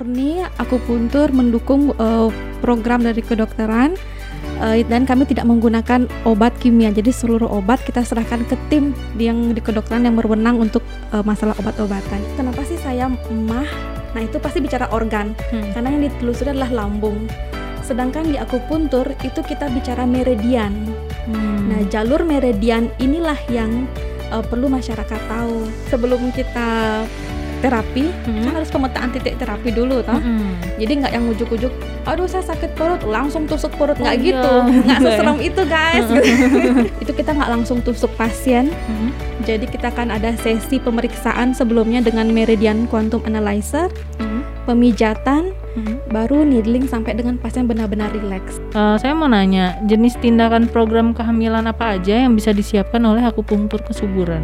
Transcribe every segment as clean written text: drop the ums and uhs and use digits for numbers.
murni akupuntur mendukung program dari kedokteran dan kami tidak menggunakan obat kimia. Jadi seluruh obat kita serahkan ke tim yang di kedokteran yang berwenang untuk masalah obat-obatan. Kenapa sih saya emah? Nah itu pasti bicara organ, karena yang ditelusuri adalah lambung. Sedangkan di akupuntur itu kita bicara meridian. Nah jalur meridian inilah yang perlu masyarakat tahu. Sebelum kita terapi, kan harus pemetaan titik terapi dulu toh. Jadi nggak yang ujuk-ujuk, aduh saya sakit perut, langsung tusuk perut, nggak gitu, nggak seserem itu guys. Itu kita nggak langsung tusuk pasien. Jadi kita akan ada sesi pemeriksaan sebelumnya dengan meridian quantum analyzer, pemijatan, baru needling sampai dengan pasien benar-benar rileks. Saya mau nanya, jenis tindakan program kehamilan apa aja yang bisa disiapkan oleh akupunktur kesuburan?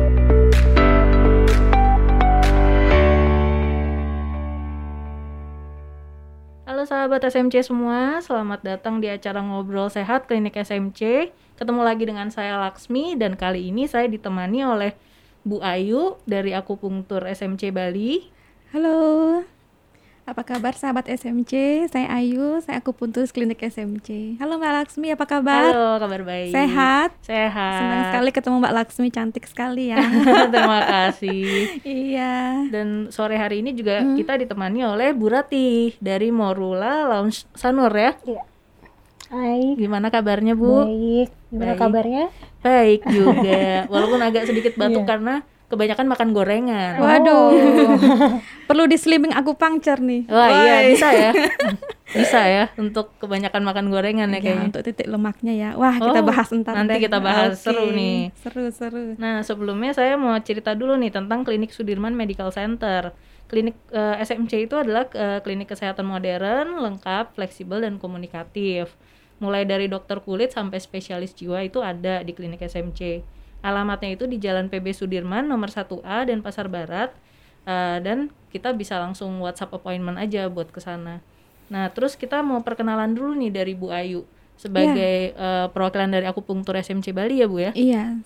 Halo sahabat SMC semua, selamat datang di acara Ngobrol Sehat Klinik SMC. Ketemu lagi dengan saya Laksmi dan kali ini saya ditemani oleh Bu Ayu dari Akupunktur SMC Bali. Halo, apa kabar sahabat SMC? Saya Ayu, saya akupuntur klinik SMC. Halo Mbak Laksmi, apa kabar? Halo, kabar baik. Sehat? Sehat. Senang sekali ketemu Mbak Laksmi, cantik sekali ya. Terima kasih. Iya. Dan sore hari ini juga kita ditemani oleh Bu Ratih dari Morula Lounge Sanur ya. Iya. Hai. Gimana kabarnya Bu? Baik. Gimana Baik. kabarnya? Baik juga. Walaupun agak sedikit batuk Iya. karena kebanyakan makan gorengan. Waduh. Perlu di slimming akupunktur nih. Wah iya Woi. bisa ya. Bisa ya untuk kebanyakan makan gorengan ya Ya, kayaknya. untuk titik lemaknya ya. Wah, kita bahas ntar nanti deh. kita bahas. Oke. Seru nih. Seru. Nah sebelumnya saya mau cerita dulu nih tentang Klinik Sudirman Medical Center. Klinik SMC itu adalah klinik kesehatan modern, lengkap, fleksibel, dan komunikatif. Mulai dari dokter kulit sampai spesialis jiwa itu ada di klinik SMC. Alamatnya itu di Jalan PB Sudirman nomor 1A dan Pasar Barat. Dan kita bisa langsung WhatsApp appointment aja buat ke sana. Nah, terus kita mau perkenalan dulu nih dari Bu Ayu sebagai perwakilan dari Akupunktur SMC Bali ya Bu ya? Iya.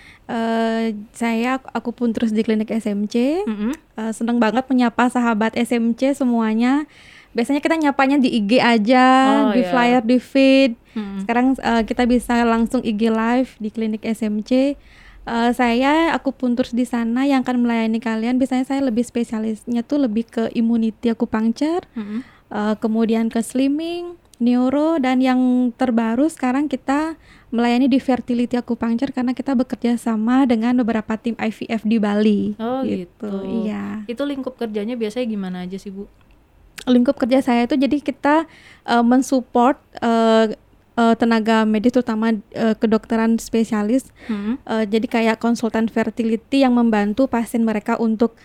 Saya akupuntur di klinik SMC. Seneng banget menyapa sahabat SMC semuanya. Biasanya kita nyapanya di IG aja, di flyer, di feed. Sekarang kita bisa langsung IG live di klinik SMC. Saya akupuntur di sana yang akan melayani kalian. Biasanya saya lebih spesialisnya tuh lebih ke immunity akupunktur, kemudian ke slimming, neuro, dan yang terbaru sekarang kita melayani di fertility akupunktur karena kita bekerja sama dengan beberapa tim IVF di Bali. Oh gitu. Iya. Itu lingkup kerjanya biasanya gimana aja sih Bu? Lingkup kerja saya itu jadi kita mensupport tenaga medis terutama kedokteran spesialis. Jadi kayak konsultan fertility yang membantu pasien mereka untuk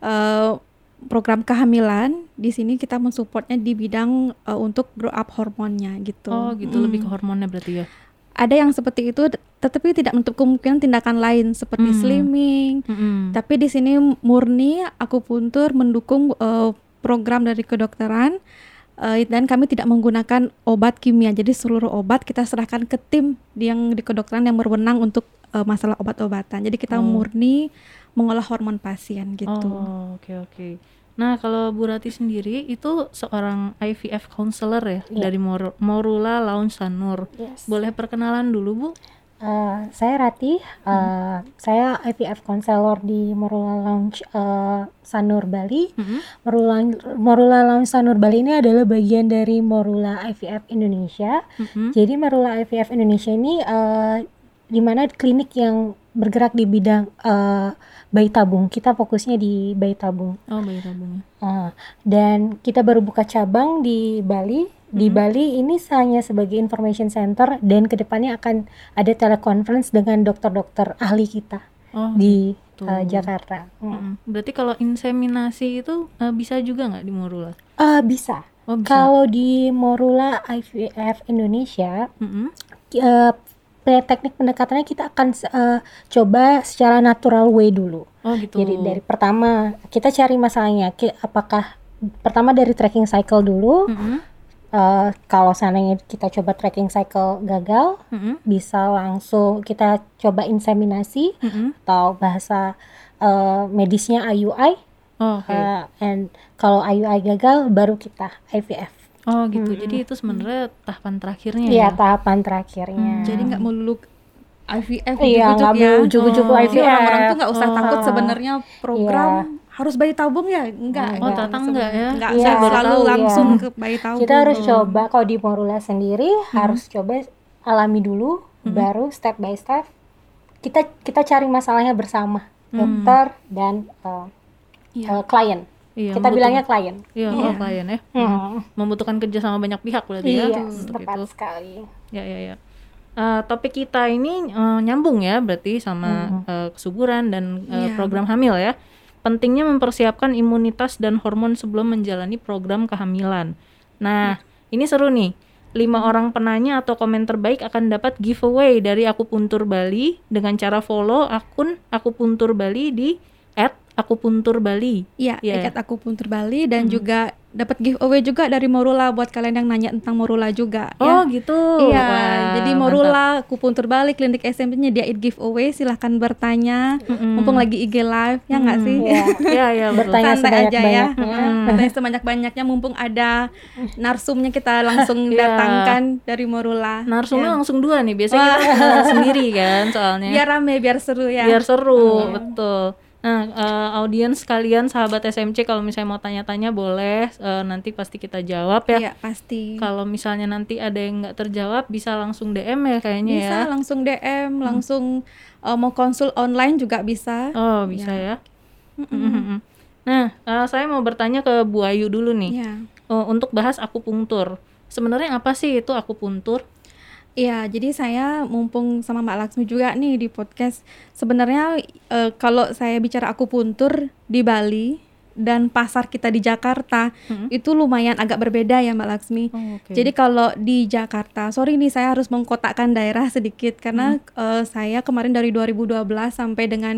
program kehamilan. Di sini kita mensupportnya di bidang untuk grow up hormonnya gitu. Oh gitu, lebih ke hormonnya berarti ya? Ada yang seperti itu, tetapi tidak menutup kemungkinan tindakan lain seperti slimming. Tapi di sini murni akupuntur mendukung program dari kedokteran dan kami tidak menggunakan obat kimia. Jadi seluruh obat kita serahkan ke tim yang di kedokteran yang berwenang untuk masalah obat-obatan. Jadi kita murni mengolah hormon pasien gitu. Oh oke. Nah kalau Bu Rati sendiri itu seorang IVF counselor ya, dari Morula Lounge Sanur. Yes. Boleh perkenalan dulu Bu? Saya Ratih. Saya IVF counselor di Morula Lounge Sanur Bali. Morula Lounge Sanur Bali ini adalah bagian dari Morula IVF Indonesia. Jadi Morula IVF Indonesia ini di mana klinik yang bergerak di bidang bayi tabung. Kita fokusnya di bayi tabung. Oh bayi tabung. Dan kita baru buka cabang di Bali. Di Bali ini hanya sebagai information center dan kedepannya akan ada teleconference dengan dokter-dokter ahli kita di Jakarta. Berarti kalau inseminasi itu bisa juga nggak di Morula? Bisa. Oh, bisa. Kalau di Morula IVF Indonesia, teknik pendekatannya kita akan coba secara natural way dulu. Oh gitu. Jadi dari pertama kita cari masalahnya, apakah pertama dari tracking cycle dulu. Kalau seandainya kita coba tracking cycle gagal, bisa langsung kita coba inseminasi atau bahasa medisnya IUI. Oke. And kalau IUI gagal baru kita IVF. Oh gitu. Jadi itu sebenarnya tahapan terakhirnya Iya, ya. tahapan terakhirnya. Jadi nggak melulu IVF Iya, nggak ya. ujuk-ujuk Jadi IVF. orang-orang tuh nggak usah takut Oh. sebenarnya program harus bayi tabung ya, enggak. Oh, ternyata enggak ya. Enggak, Iya. saya selalu Tahu, langsung iya. ke bayi tabung. Kita harus coba kalau di Morula sendiri harus coba alami dulu, baru step by step kita cari masalahnya bersama dokter dan klien. Iya, Kita bilangnya klien. Iya, kalau klien ya. Membutuhkan kerja sama banyak pihak berarti ya. Iya, untuk tepat itu. sekali. Ya. Topik kita ini nyambung ya berarti sama kesuburan dan program hamil ya. Pentingnya mempersiapkan imunitas dan hormon sebelum menjalani program kehamilan. Nah, ini seru nih. 5 orang penanya atau komen terbaik akan dapat giveaway dari Akupuntur Bali dengan cara follow akun Akupuntur Bali di @akupunturbali. Iya, @akupuntur Bali dan juga dapat giveaway juga dari Morula buat kalian yang nanya tentang Morula juga. Oh ya. gitu. Iya, Wah, jadi Morula, Akupuntur Bali, Klinik SMP nyediain giveaway, silahkan bertanya. Mumpung lagi IG live, ya nggak sih? Iya, betul. Bertanya Santai aja ya. sebanyak-banyaknya. Bertanya sebanyak-banyaknya, mumpung ada narsumnya kita langsung datangkan dari Morula. Narsumnya langsung 2 nih, biasanya kita sendiri kan soalnya. Biar rame, biar seru ya. Biar seru, betul. Nah, audiens kalian sahabat SMC kalau misalnya mau tanya-tanya boleh, nanti pasti kita jawab ya. Iya, pasti. Kalau misalnya nanti ada yang nggak terjawab bisa langsung DM ya kayaknya Bisa ya. langsung DM, langsung mau konsul online juga bisa. Oh bisa ya. Nah, saya mau bertanya ke Bu Ayu dulu nih. Iya. Untuk bahas akupunktur. Sebenarnya apa sih itu akupunktur? Iya, jadi saya mumpung sama Mbak Laksmi juga nih di podcast. Sebenarnya kalau saya bicara akupuntur di Bali dan pasar kita di Jakarta itu lumayan agak berbeda ya Mbak Laksmi. Oh, oke. Jadi kalau di Jakarta, sorry nih saya harus mengkotakkan daerah sedikit karena saya kemarin dari 2012 sampai dengan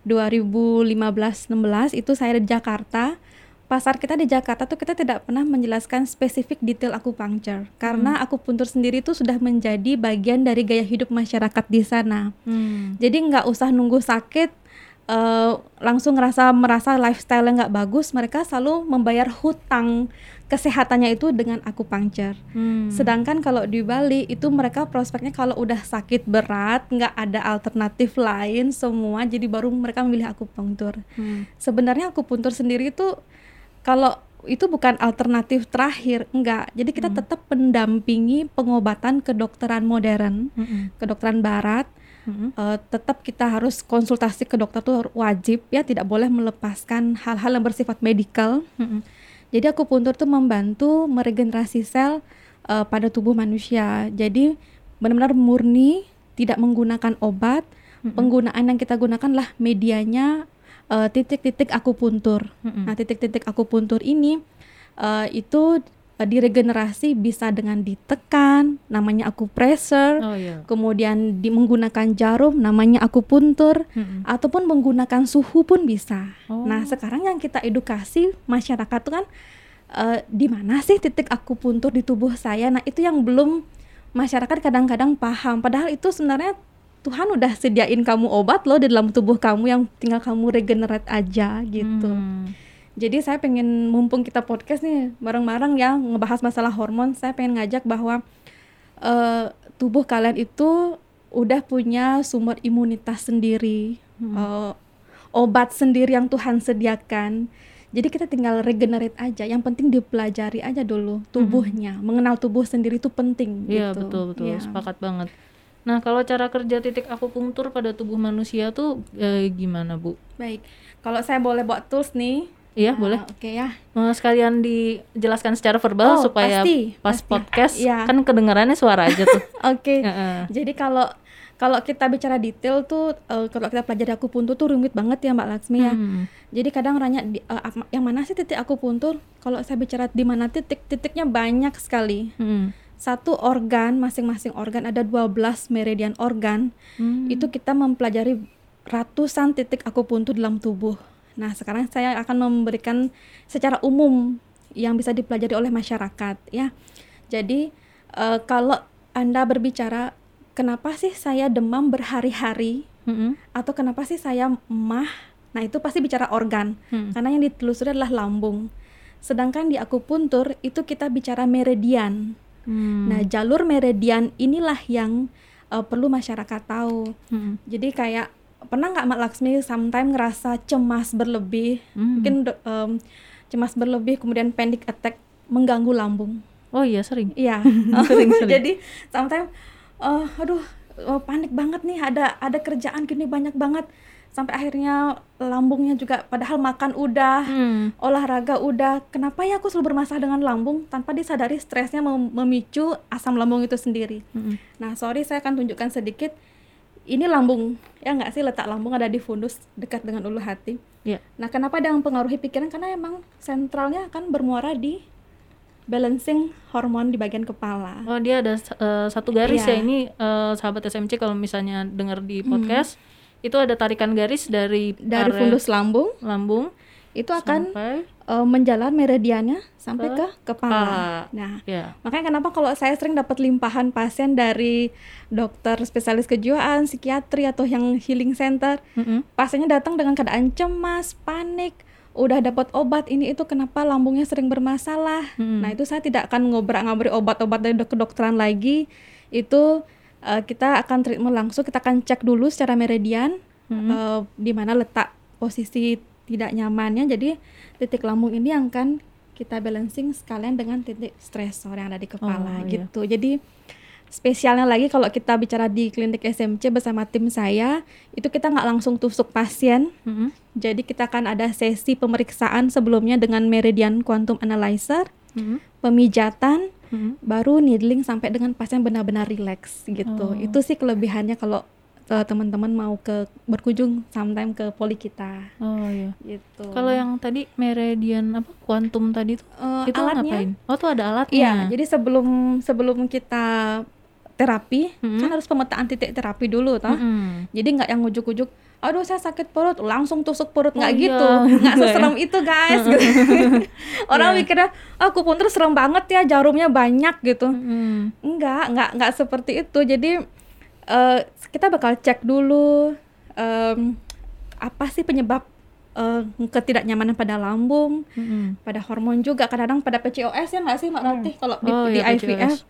2015-16 itu saya di Jakarta. Pasar kita di Jakarta tuh kita tidak pernah menjelaskan spesifik detail akupunktur karena akupuntur sendiri itu sudah menjadi bagian dari gaya hidup masyarakat di sana. Jadi nggak usah nunggu sakit langsung merasa lifestyle-nya nggak bagus, mereka selalu membayar hutang kesehatannya itu dengan akupunktur. Sedangkan kalau di Bali itu mereka prospeknya kalau udah sakit berat nggak ada alternatif lain semua, jadi baru mereka memilih akupunktur. Sebenarnya akupuntur sendiri itu kalau itu bukan alternatif terakhir, enggak. Jadi kita tetap mendampingi pengobatan kedokteran modern, kedokteran barat. Tetap kita harus konsultasi ke dokter tuh wajib ya, tidak boleh melepaskan hal-hal yang bersifat medikal. Jadi akupuntur tuh membantu meregenerasi sel pada tubuh manusia. Jadi benar-benar murni, tidak menggunakan obat. Penggunaan yang kita gunakan lah medianya titik-titik akupuntur. Nah, titik-titik akupuntur ini itu diregenerasi bisa dengan ditekan, namanya akupressor. Kemudian menggunakan jarum, namanya akupuntur, ataupun menggunakan suhu pun bisa. Nah, sekarang yang kita edukasi masyarakat tuh kan di mana sih titik akupuntur di tubuh saya? Nah, itu yang belum masyarakat kadang-kadang paham. Padahal itu sebenarnya Tuhan udah sediain kamu obat loh di dalam tubuh kamu yang tinggal kamu regenerate aja gitu. Jadi saya pengen mumpung kita podcast nih bareng-bareng ya ngebahas masalah hormon, saya pengen ngajak bahwa tubuh kalian itu udah punya sumber imunitas sendiri, obat sendiri yang Tuhan sediakan. Jadi kita tinggal regenerate aja. Yang penting dipelajari aja dulu tubuhnya, mengenal tubuh sendiri itu penting. Iya gitu. betul, sepakat banget. Nah, kalau cara kerja titik akupunktur pada tubuh manusia tuh gimana, Bu? Baik, kalau saya boleh buat tools nih. Iya, boleh. Oke ya. Sekalian dijelaskan secara verbal supaya pas podcast kan kedengarannya suara aja tuh. Oke. Jadi kalau kita bicara detail tuh, kalau kita pelajari akupuntur tuh rumit banget ya Mbak Laksmi ya. Jadi kadang nanya yang mana sih titik akupuntur? Kalau saya bicara di mana titiknya banyak sekali. Satu organ, masing-masing organ ada 12 meridian organ. Itu kita mempelajari ratusan titik akupuntur dalam tubuh. Nah, sekarang saya akan memberikan secara umum yang bisa dipelajari oleh masyarakat ya. Jadi kalau Anda berbicara kenapa sih saya demam berhari-hari atau kenapa sih saya emah Nah itu pasti bicara organ, karena yang ditelusuri adalah lambung. Sedangkan di akupuntur itu kita bicara meridian. Nah jalur meridian inilah yang perlu masyarakat tahu. Jadi kayak pernah nggak Mak Laksmi sometimes ngerasa cemas berlebih, mungkin cemas berlebih kemudian panic attack mengganggu lambung? Oh iya sering. Iya. sering. Jadi sometimes panik banget nih, ada kerjaan gini banyak banget, sampai akhirnya lambungnya juga padahal makan udah, olahraga udah, kenapa ya aku selalu bermasalah dengan lambung tanpa disadari stresnya memicu asam lambung itu sendiri. Nah sorry saya akan tunjukkan sedikit, ini lambung ya nggak sih, letak lambung ada di fundus dekat dengan ulu hati. Nah kenapa dia mempengaruhi pikiran, karena emang sentralnya akan bermuara di balancing hormon di bagian kepala. Oh dia ada satu garis ya ini sahabat SMC kalau misalnya dengar di podcast itu ada tarikan garis dari fundus lambung itu akan menjalan meridiannya sampai ke kepala. Nah makanya kenapa kalau saya sering dapat limpahan pasien dari dokter spesialis kejiwaan, psikiatri atau yang healing center, pasiennya datang dengan keadaan cemas, panik, udah dapat obat ini itu, kenapa lambungnya sering bermasalah. Nah itu saya tidak akan ngobrak-ngabrik obat-obat dari kedokteran lagi, itu kita akan treatment langsung, kita akan cek dulu secara meridian di mana letak posisi tidak nyamannya. Jadi titik lambung ini yang akan kita balancing sekalian dengan titik stresor yang ada di kepala gitu. Jadi spesialnya lagi kalau kita bicara di klinik SMC bersama tim saya, itu kita nggak langsung tusuk pasien. Jadi kita akan ada sesi pemeriksaan sebelumnya dengan meridian quantum analyzer, pemijatan, baru needling sampai dengan pasien benar-benar relax gitu. Itu sih kelebihannya kalau teman-teman mau berkunjung sometime ke poli kita. Gitu. Kalau yang tadi meridian quantum tadi itu alatnya, ngapain? Oh tuh ada alatnya. Iya, jadi sebelum kita terapi kan harus pemetaan titik terapi dulu toh. Jadi nggak yang ujuk-ujuk, aduh saya sakit perut langsung tusuk perut, nggak gitu, nggak seserem itu guys. Gitu. Orang mikirnya akupuntur serem banget ya, jarumnya banyak gitu. Enggak seperti itu. Jadi kita bakal cek dulu apa sih penyebab ketidaknyamanan pada lambung, pada hormon juga, kadang-kadang pada PCOS ya nggak sih Mbak Ratih kalau di IVF.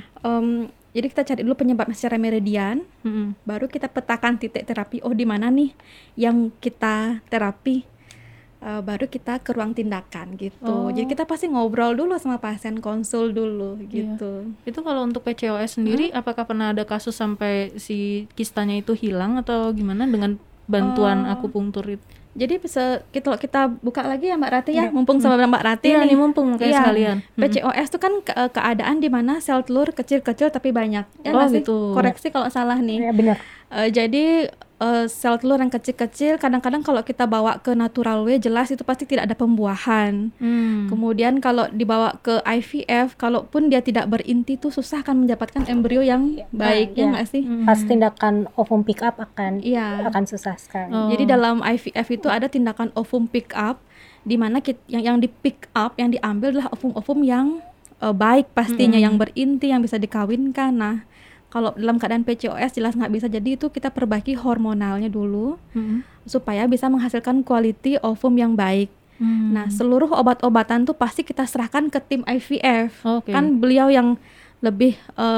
Jadi kita cari dulu penyebabnya secara meridian, baru kita petakan titik terapi, oh di mana nih yang kita terapi, baru kita ke ruang tindakan gitu. Jadi kita pasti ngobrol dulu sama pasien, konsul dulu gitu. Itu kalau untuk PCOS sendiri, apakah pernah ada kasus sampai si kistanya itu hilang atau gimana dengan bantuan akupunktur itu? Jadi kalau kita buka lagi ya Mbak Rati ya, mumpung sama Mbak Rati nih mumpung sekalian. PCOS itu kan keadaan di mana sel telur kecil-kecil tapi banyak. Ya gitu. Koreksi kalau salah nih. Ya benar. Jadi sel telur yang kecil-kecil kadang-kadang kalau kita bawa ke natural way jelas itu pasti tidak ada pembuahan. Kemudian kalau dibawa ke IVF, kalaupun dia tidak berinti tuh susah akan mendapatkan embrio yang baik, ya nggak sih? Pas tindakan ovum pick up akan susah sekali. Jadi dalam IVF itu ada tindakan ovum pick up, di mana yang di pick up, yang diambil adalah ovum-ovum yang baik pastinya, yang berinti, yang bisa dikawinkan. Nah kalau dalam keadaan PCOS jelas nggak bisa, jadi itu kita perbaiki hormonalnya dulu supaya bisa menghasilkan quality ovum yang baik. Nah seluruh obat-obatan tuh pasti kita serahkan ke tim IVF. Kan beliau yang lebih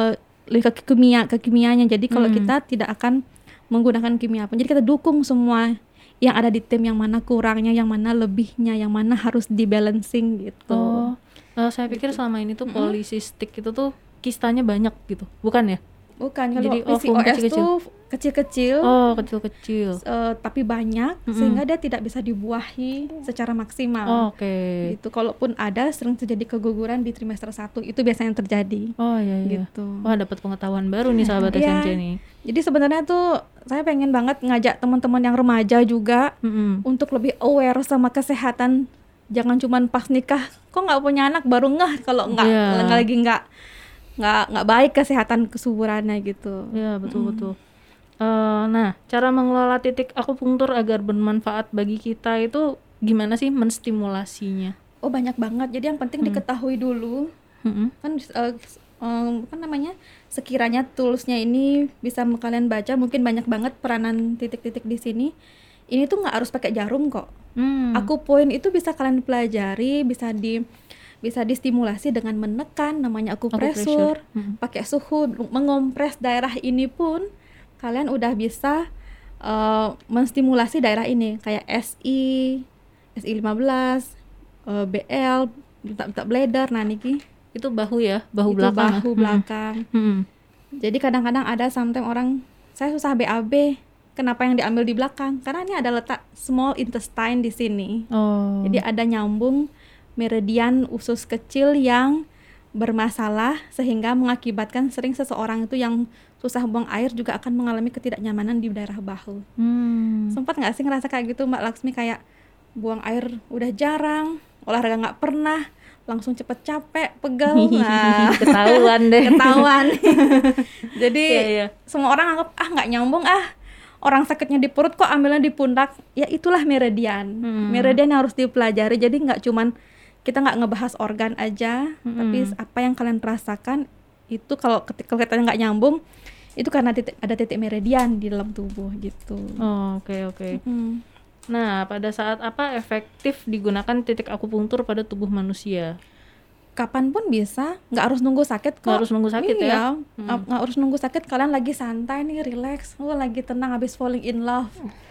ke kimianya. Jadi kalau kita tidak akan menggunakan kimia pun, jadi kita dukung semua yang ada di tim, yang mana kurangnya, yang mana lebihnya, yang mana harus dibalancing gitu. Saya pikir selama ini tuh polisistik itu tuh kistanya banyak gitu, bukan ya? Bukan, kalau PCOS tuh kecil-kecil. Kecil-kecil. Tapi banyak, sehingga dia tidak bisa dibuahi secara maksimal. Gitu. Kalaupun ada, sering terjadi keguguran di trimester 1, itu biasanya yang terjadi. Gitu. Wah, dapat pengetahuan baru nih sahabat SMC nih. Jadi sebenarnya tuh saya pengen banget ngajak teman-teman yang remaja juga untuk lebih aware sama kesehatan. Jangan cuma pas nikah, kok nggak punya anak baru ngeh kalau nggak baik kesehatan kesuburannya gitu. Ya betul. Nah cara mengelola titik akupunktur agar bermanfaat bagi kita itu gimana sih menstimulasinya? Banyak banget. Jadi yang penting diketahui dulu kan sekiranya toolsnya ini bisa kalian baca, mungkin banyak banget peranan titik-titik di sini. ini tuh nggak harus pakai jarum kok. Akupoint itu bisa kalian pelajari, bisa distimulasi dengan menekan, namanya akupresur, pakai suhu, mengompres daerah ini pun kalian udah bisa menstimulasi daerah ini kayak SI 15, BL, tak bladder. Nah niki itu bahu ya, bahu itu belakang. bahu belakang. Jadi kadang-kadang ada sometimes orang, saya susah BAB, kenapa yang diambil di belakang? Karena ini ada letak small intestine di sini. Jadi ada nyambung meridian usus kecil yang bermasalah sehingga mengakibatkan sering seseorang itu yang susah buang air juga akan mengalami ketidaknyamanan di daerah bahu. Sempat nggak sih ngerasa kayak gitu Mbak Laksmi, kayak buang air udah jarang, olahraga nggak pernah, langsung cepet capek, pegel, nah ketahuan deh. ketahuan. Jadi semua orang anggap nggak nyambung, orang sakitnya di perut kok ambilnya di pundak. Ya itulah meridian. Meridian yang harus dipelajari. Jadi nggak cuman kita nggak ngebahas organ aja, tapi apa yang kalian rasakan itu kalau kelihatannya nggak nyambung, itu karena ada titik meridian di dalam tubuh gitu. Oke. Nah, pada saat apa efektif digunakan titik akupunktur pada tubuh manusia? Kapanpun bisa, nggak harus nunggu sakit kok. Nggak harus nunggu sakit ya? Nggak harus nunggu sakit, kalian lagi santai nih, relax, lagi tenang habis falling in love.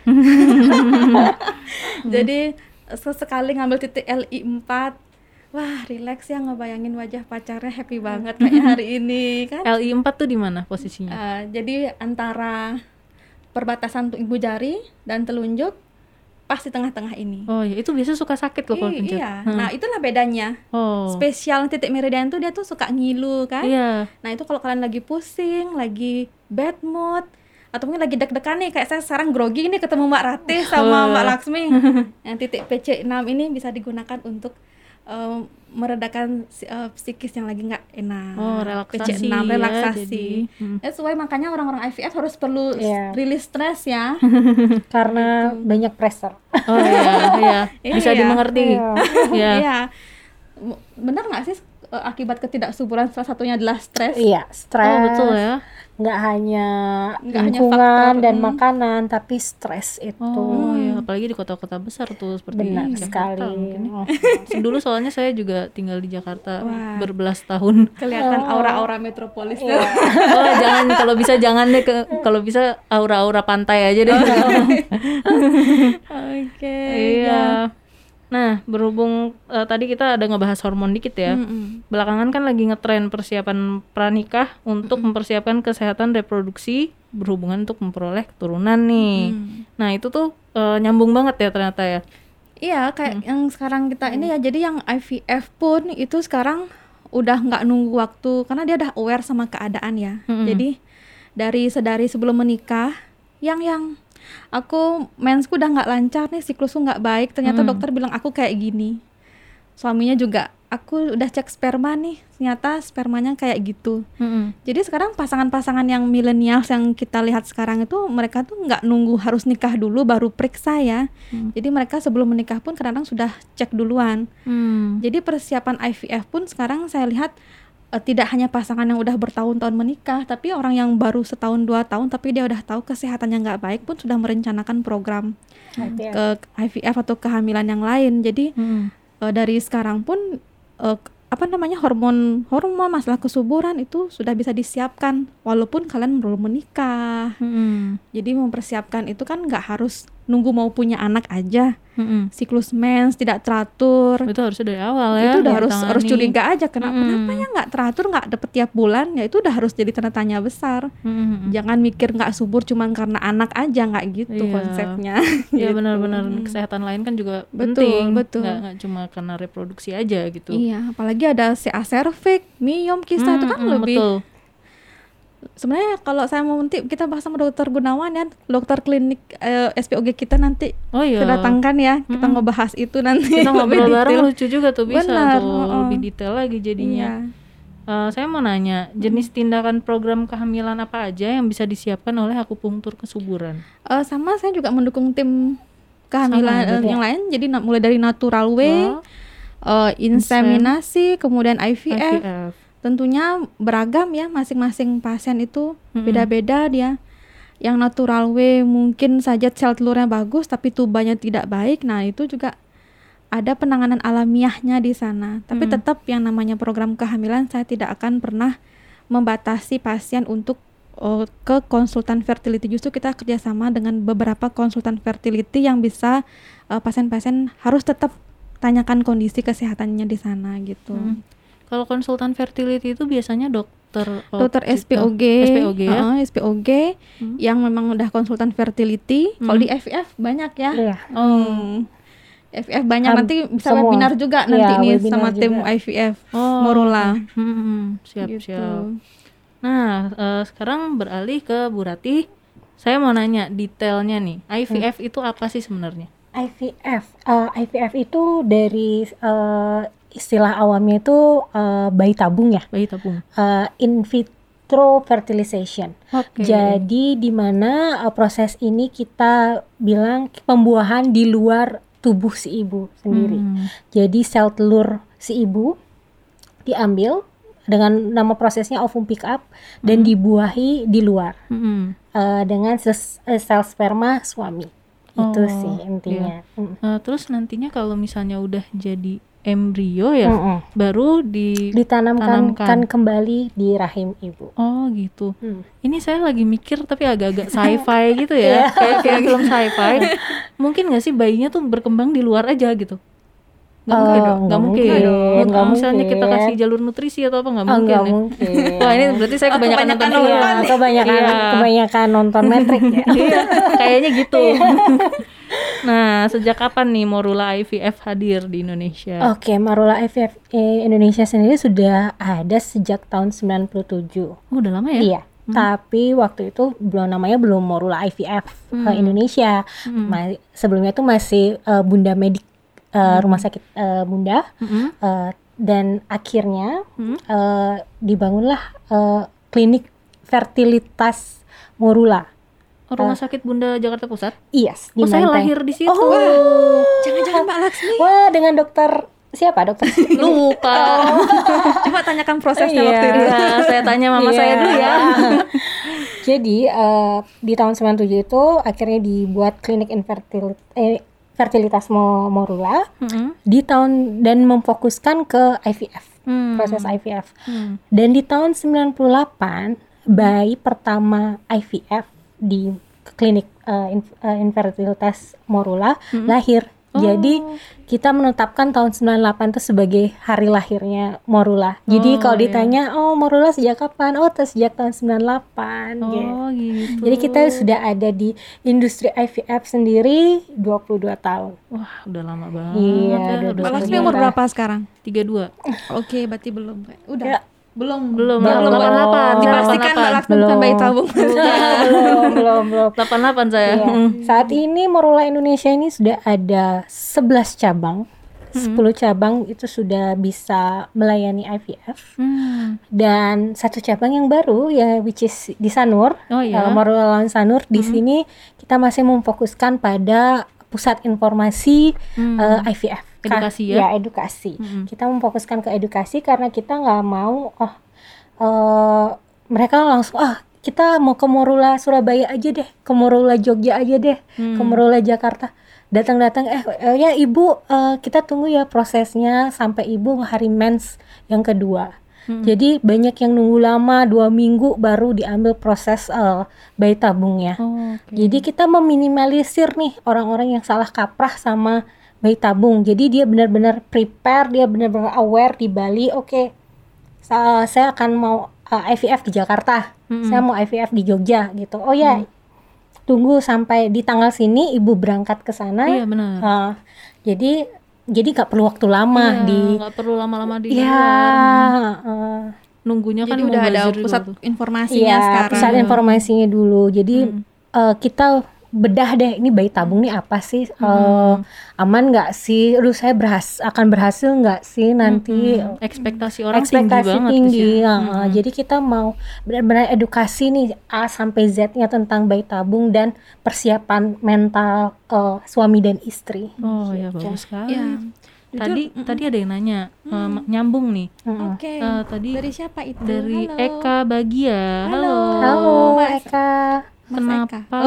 Jadi sesekali ngambil titik LI 4, wah relax ya, ngebayangin wajah pacarnya happy banget kayak hari ini kan. LI 4 tuh di mana posisinya? Jadi antara perbatasan ibu jari dan telunjuk, pas di tengah-tengah ini. Oh ya, itu biasa suka sakit loh kalau pencet. Iya, nah itulah bedanya. Spesial titik meridian tuh dia tuh suka ngilu kan. Nah itu kalau kalian lagi pusing, lagi bad mood, atau mungkin lagi deg-degan nih, kayak saya sekarang grogi nih ketemu Mbak Ratih sama Mbak Laksmi. Yang titik PC6 ini bisa digunakan untuk meredakan psikis yang lagi nggak enak. Relaksasi. PC6 relaksasi. Ya, That's why makanya orang-orang IVF harus perlu rilis stres ya. Karena banyak pressure. Bisa dimengerti. Iya. Benar nggak sih akibat ketidaksuburan salah satunya adalah stres? Iya, stres. Betul ya. Nggak hanya faktor, lingkungan dan makanan, tapi stres itu. Apalagi di kota-kota besar tuh seperti benar Jakarta. sekali. Dulu soalnya saya juga tinggal di Jakarta berbelas tahun. Kelihatan aura-aura metropolis. Jangan, kalau bisa jangan deh, kalau bisa aura-aura pantai aja deh. Oke. Iya. Nah, berhubung tadi kita ada ngebahas hormon dikit ya. Belakangan kan lagi ngetren persiapan pranikah untuk mempersiapkan kesehatan reproduksi berhubungan untuk memperoleh keturunan nih. Nah, itu tuh nyambung banget ya ternyata ya. Iya, kayak yang sekarang kita ini ya. Jadi yang IVF pun itu sekarang udah nggak nunggu waktu, karena dia udah aware sama keadaan ya. Jadi dari sebelum menikah, yang aku mensku udah nggak lancar nih, siklusku nggak baik, ternyata dokter bilang aku kayak gini. Suaminya juga, aku udah cek sperma nih, ternyata spermanya kayak gitu. Jadi sekarang pasangan-pasangan yang milenial yang kita lihat sekarang itu, mereka tuh nggak nunggu harus nikah dulu baru periksa ya. Jadi mereka sebelum menikah pun kadang-kadang sudah cek duluan. Jadi persiapan IVF pun sekarang saya lihat tidak hanya pasangan yang udah bertahun-tahun menikah, tapi orang yang baru 1-2 tahun tapi dia udah tahu kesehatannya nggak baik pun sudah merencanakan program ke IVF atau kehamilan yang lain. Jadi dari sekarang pun hormon masalah kesuburan itu sudah bisa disiapkan walaupun kalian belum menikah. Jadi mempersiapkan itu kan nggak harus nunggu mau punya anak aja. Siklus mens tidak teratur itu harus dari awal ya. Itu udah harus curiga aja, kenapa ya nggak teratur, nggak dapet tiap bulan, ya itu udah harus jadi tanda tanya besar. Jangan mikir nggak subur cuman karena anak aja, nggak gitu konsepnya. Iya benar-benar kesehatan lain kan juga penting. Betul. Nggak cuma karena reproduksi aja gitu. Iya, apalagi ada CA cervix, myom, kista itu kan lebih. Betul. Sebenarnya kalau saya mau kita bahas sama Dokter Gunawan ya, dokter klinik SPOG kita nanti kedatangkan ya, kita ngebahas itu nanti. Kita ngobrol bareng, lucu juga tuh, bisa tuh lebih detail lagi jadinya. Saya mau nanya, jenis tindakan program kehamilan apa aja yang bisa disiapkan oleh akupunktur kesuburan? Sama saya juga mendukung tim kehamilan yang lain, jadi mulai dari natural way, inseminasi, kemudian IVF. Tentunya beragam ya, masing-masing pasien itu beda-beda dia. yang natural way mungkin saja sel telurnya bagus tapi tubanya tidak baik. Nah, itu juga ada penanganan alamiahnya di sana. Tapi tetap yang namanya program kehamilan saya tidak akan pernah membatasi pasien untuk ke konsultan fertility. Justru kita kerjasama dengan beberapa konsultan fertility yang bisa pasien-pasien harus tetap tanyakan kondisi kesehatannya di sana gitu. Kalau konsultan fertility itu biasanya dokter SPOG ya? SPOG yang memang udah konsultan fertility. Kalau di FIF banyak ya. Iya. FIF banyak, nanti bisa semua. webinar juga nanti Iya, nih webinar sama juga. tim IVF Morula. Siap. Gitu. Nah, sekarang beralih ke Bu Ratih. Saya mau nanya detailnya nih. IVF itu apa sih sebenarnya? IVF itu dari istilah awamnya itu bayi tabung ya. Bayi tabung. In vitro fertilization. Oke. Jadi di mana proses ini kita bilang pembuahan di luar tubuh si ibu sendiri. Jadi sel telur si ibu diambil dengan nama prosesnya ovum pick up dan dibuahi di luar dengan sel sperma suami. Itu sih intinya. Terus nantinya kalau misalnya udah jadi embrio ya, baru ditanamkan kembali di rahim ibu. Oh gitu. Ini saya lagi mikir tapi agak-agak sci-fi gitu ya, kayak film sci-fi. Mungkin nggak sih bayinya tuh berkembang di luar aja gitu? Nggak mungkin dong. Nggak mungkin. Misalnya kita kasih jalur nutrisi atau apa, nggak mungkin Nggak ya? mungkin. Wah, ini berarti saya kebanyakan nonton film. Kebanyakan nonton Matrix ya. Iya, kayaknya gitu. Nah, sejak kapan nih Morula IVF hadir di Indonesia? Oke, Morula IVF Indonesia sendiri sudah ada sejak tahun 97. Oh, udah lama ya? Iya. Tapi waktu itu namanya belum Morula IVF Indonesia. Sebelumnya itu masih Bunda Medik, rumah sakit Bunda. Dan akhirnya dibangunlah klinik fertilitas Morula. Rumah sakit Bunda Jakarta Pusat? Yes, Oh, saya lahir di situ. Jangan-jangan Mbak Laksmi. Wah, dengan dokter siapa? Dokter Lupa. Coba tanyakan prosesnya waktu itu. Ya, saya tanya mama saya dulu ya. Jadi di tahun 97 itu akhirnya dibuat klinik fertilitas Morula di tahun dan memfokuskan ke IVF, proses IVF. Dan di tahun 98 bayi pertama IVF di klinik infertilitas Morula lahir. Jadi kita menetapkan tahun 98 itu sebagai hari lahirnya Morula. Jadi kalau ditanya, Morula sejak kapan? Sejak tahun 98. Gitu. Jadi kita sudah ada di industri IVF sendiri 22 tahun. Wah, udah lama banget. Iya, ya. Mbak Laksmi umur berapa sekarang? 32. Oke, berarti belum. Udah. Ya. Belum. 88. Dipastikan Mbak Laksmi bukan bayi tabung. belum. 88 saya. Iya. Saat ini Morula Indonesia ini sudah ada 11 cabang. 10 cabang itu sudah bisa melayani IVF. Dan satu cabang yang baru ya which is di Sanur. Morula Sanur. Di sini kita masih memfokuskan pada pusat informasi IVF. Edukasi ya? Ya, edukasi. Kita memfokuskan ke edukasi karena kita nggak mau mereka langsung kita mau ke Morula Surabaya aja deh, ke Morula Jogja aja deh, ke Morula Jakarta. Datang-datang ya ibu, kita tunggu ya prosesnya sampai ibu hari mens yang kedua. Jadi banyak yang nunggu lama 2 minggu baru diambil proses bayi tabungnya. Jadi kita meminimalisir nih orang-orang yang salah kaprah sama bayi tabung. Jadi dia benar-benar prepare, dia benar-benar aware di Bali. Oke, saya akan mau IVF di Jakarta, saya mau IVF di Jogja gitu. Oh ya, tunggu sampai di tanggal sini ibu berangkat ke sana. Iya benar. Jadi nggak perlu waktu lama nggak perlu lama-lama di luar. Nunggunya jadi kan udah ada pusat informasinya sekarang. Pusat informasinya dulu. Jadi kita bedah deh ini bayi tabung nih apa sih, aman nggak sih, saya akan berhasil nggak sih nanti. Ekspektasi orang tinggi banget. Jadi kita mau benar-benar edukasi nih A sampai Z-nya tentang bayi tabung dan persiapan mental suami dan istri. Ya bagus sekali. Ya. Tadi ada yang nanya, nyambung nih. Oke. Tadi dari siapa itu? dari Halo. Eka Bagia. Halo. Halo Mbak Eka. Mas Eka. kenapa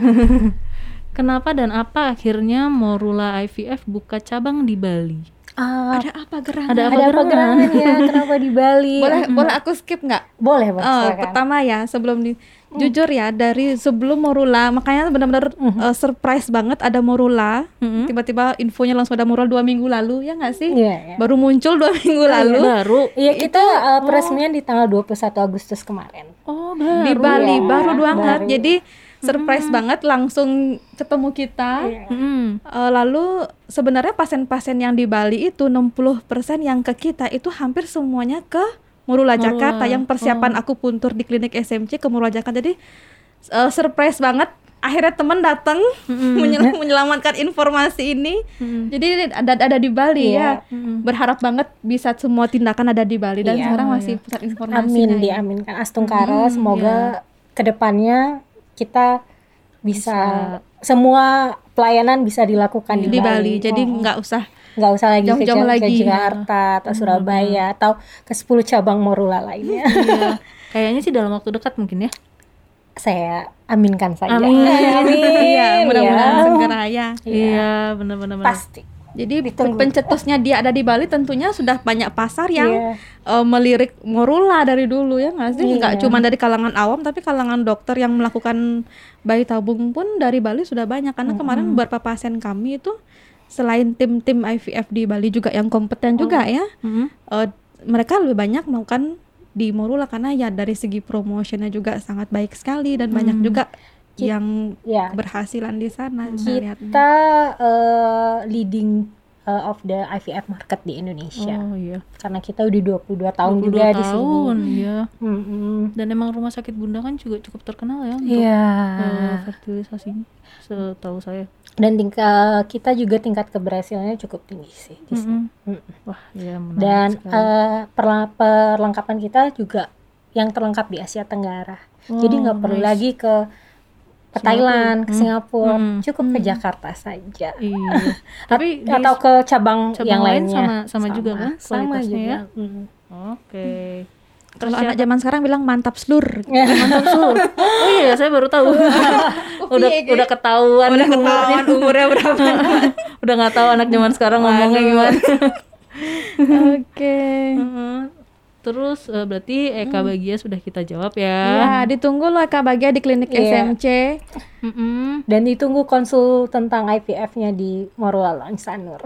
kenapa dan apa akhirnya Morula IVF buka cabang di Bali? Ada apa gerangan? Ada apa Ada apa gerangan? gerangan ya? Kenapa di Bali? Boleh aku skip nggak? Boleh, silakan. Pertama ya, jujur ya, dari sebelum Morula, makanya benar-benar surprise banget ada Morula. Tiba-tiba infonya langsung ada Morula 2 minggu lalu, ya nggak sih? Iya, iya. Baru muncul 2 minggu lalu. Baru. Iya, kita peresmian di tanggal 21 Agustus kemarin. Oh, baru. Di Bali, ya, baru banget. baru. Jadi surprise banget, langsung ketemu kita. Lalu sebenarnya pasien-pasien yang di Bali itu 60% yang ke kita itu hampir semuanya ke Morula Jakarta, yang persiapan akupuntur di klinik SMC ke Morula Jakarta. Jadi surprise banget. Akhirnya teman datang menyelamatkan informasi ini. Jadi ada di Bali ya. Berharap banget bisa semua tindakan ada di Bali, dan sekarang masih pusat informasinya. Amin, ya. diaminkan Astungkara. Semoga kedepannya kita bisa semua pelayanan bisa dilakukan Di Bali. Jadi nggak usah lagi jauh-jauh ke lagi. Jakarta atau Surabaya atau ke 10 cabang Morula lainnya. Iya. Kayaknya sih dalam waktu dekat mungkin ya. Saya aminkan saja. Amin. Iya, mudah-mudahan ya. segera ya. Iya, benar-benar. Pasti. Jadi pencetusnya dia ada di Bali, tentunya sudah banyak pasar yang Iya. melirik Morula dari dulu, ya nggak sih? Nggak Iya. cuma dari kalangan awam, tapi kalangan dokter yang melakukan bayi tabung pun dari Bali sudah banyak. Karena kemarin beberapa pasien kami itu selain tim-tim IVF di Bali juga yang kompeten juga ya, mereka lebih banyak melakukan di Morula karena ya dari segi promotionnya juga sangat baik sekali, dan banyak juga yang keberhasilan di sana. Kita leading of the IVF market di Indonesia. Oh iya. Karena kita udah 22 tahun 22 juga di sini. tahun, iya. Mm-mm. Dan emang rumah sakit Bunda kan juga cukup terkenal ya untuk Iya. fertilisasinya, setahu saya. Dan kita juga tingkat keberhasilannya cukup tinggi sih di sini. Wah, iya menarik Dan sekali. perlengkapan kita juga yang terlengkap di Asia Tenggara. Jadi nggak perlu lagi ke Thailand, ke Singapura, cukup ke Jakarta saja. Iya. Tapi Atau ke cabang yang lain lainnya. sama juga kan Sama kualitasnya juga. ya? Oke. Kalau anak zaman sekarang bilang mantap slur. Mantap sur. Oh iya, saya baru tahu. udah ketahuan. Udah ketahuan umurnya berapa. Udah nggak tahu anak zaman sekarang ngomongnya gimana. Oke. Terus berarti Eka Bagia sudah kita jawab ya. Ya, ditunggu loh Kak Bagia di klinik SMC. Dan ditunggu konsul tentang IVF-nya di Morula Lounge Sanur.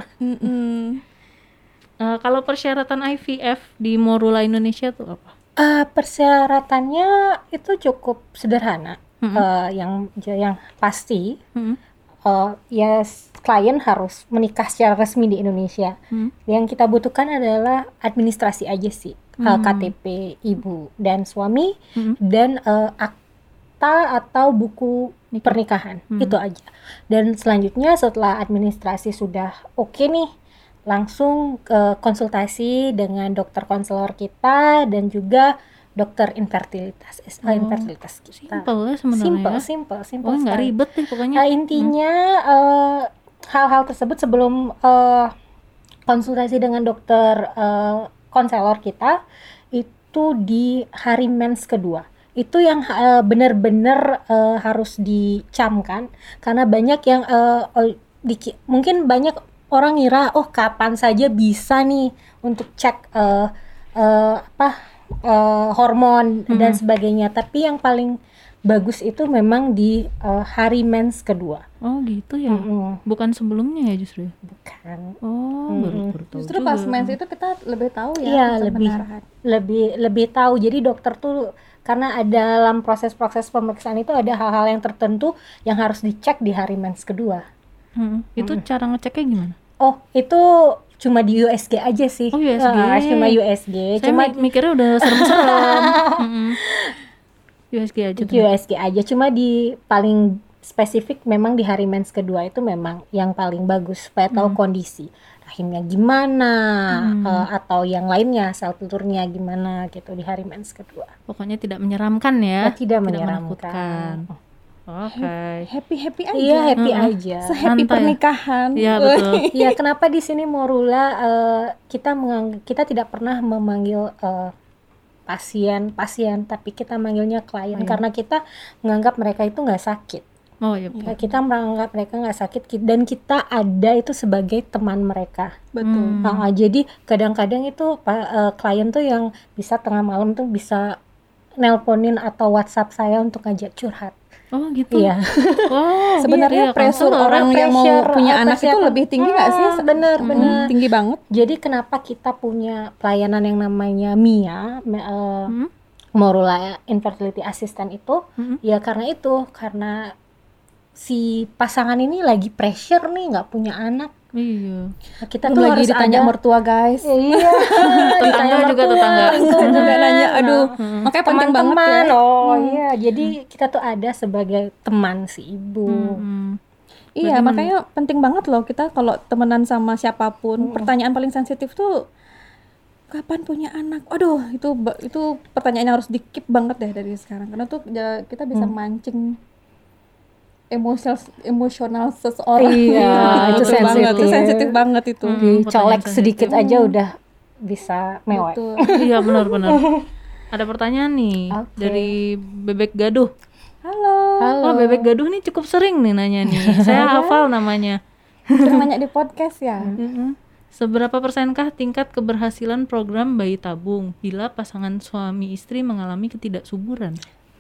Kalau persyaratan IVF di Morula Indonesia tuh apa? Persyaratannya itu cukup sederhana. Yang pasti ya klien harus menikah secara resmi di Indonesia. Yang kita butuhkan adalah administrasi aja sih, KTP ibu dan suami dan akta atau buku pernikahan, itu aja. Dan selanjutnya setelah administrasi sudah oke nih, langsung konsultasi dengan dokter konselor kita dan juga dokter infertilitas kita. Simpel ya sebenarnya. Simple Oh, nggak sekali. ribet deh pokoknya. Intinya hal-hal tersebut sebelum konsultasi dengan dokter konselor kita itu di hari mens kedua. Itu yang benar-benar harus dicamkan, karena banyak yang mungkin banyak orang ngira kapan saja bisa nih untuk cek hormon dan sebagainya, tapi yang paling bagus itu memang di hari mens kedua. Oh gitu ya. Bukan sebelumnya ya justru ya? Bukan. Oh, baru tahu Justru juga. pas mens itu kita lebih tahu ya. Iya, lebih tahu. Jadi dokter tuh karena ada dalam proses-proses pemeriksaan itu ada hal-hal yang tertentu yang harus dicek di hari mens kedua. Itu cara ngeceknya gimana? Oh, itu cuma di USG aja sih. Oh, USG. Cuma USG. Saya mikirnya udah serem-serem. USG aja tuh. USG aja. Cuma di paling spesifik memang di hari mens kedua itu memang yang paling bagus supaya tahu kondisi rahimnya gimana, atau yang lainnya sel telurnya gimana gitu di hari mens kedua. Pokoknya tidak menyeramkan ya. Tidak menakutkan. Oke. Happy aja. Iya, happy aja. Happy pernikahan. Iya betul. Iya, kenapa di sini Morula kita tidak pernah memanggil pasien, tapi kita manggilnya klien karena kita menganggap mereka itu nggak sakit. Oh iya betul. Kita menganggap mereka nggak sakit dan kita ada itu sebagai teman mereka. Betul. Jadi kadang-kadang itu klien tuh yang bisa tengah malam tuh bisa nelponin atau WhatsApp saya untuk ngajak curhat. Oh gitu. Iya. Oh, Sebenarnya pressure orang yang mau punya anak itu lebih tinggi nggak sih? Bener. Tinggi banget. Jadi kenapa kita punya pelayanan yang namanya MIA, Morula Infertility Assistant itu? Ya karena si pasangan ini lagi pressure nih, nggak punya anak. Iya. Kita Belum tuh lagi harus ditanya ada, mertua guys. Iya. Tetangga juga tetangga. Juga nanya, aduh, makanya penting banget ya. Teman-teman, iya. Jadi kita tuh ada sebagai teman si ibu. Iya, makanya penting banget loh kita kalau temenan sama siapapun. Pertanyaan paling sensitif tuh kapan punya anak? Aduh, itu pertanyaan yang harus di-keep banget deh dari sekarang. Karena tuh kita bisa mancing emosional seseorang. Iya, itu sensitif banget itu. Dicolek sedikit aja udah bisa mewek. Betul. Iya benar-benar. Ada pertanyaan nih dari Bebek Gaduh. Halo. Oh Bebek Gaduh nih cukup sering nih nanya nih. Saya hafal namanya. Sering nanya di podcast ya. Seberapa persenkah tingkat keberhasilan program bayi tabung bila pasangan suami istri mengalami ketidaksuburan?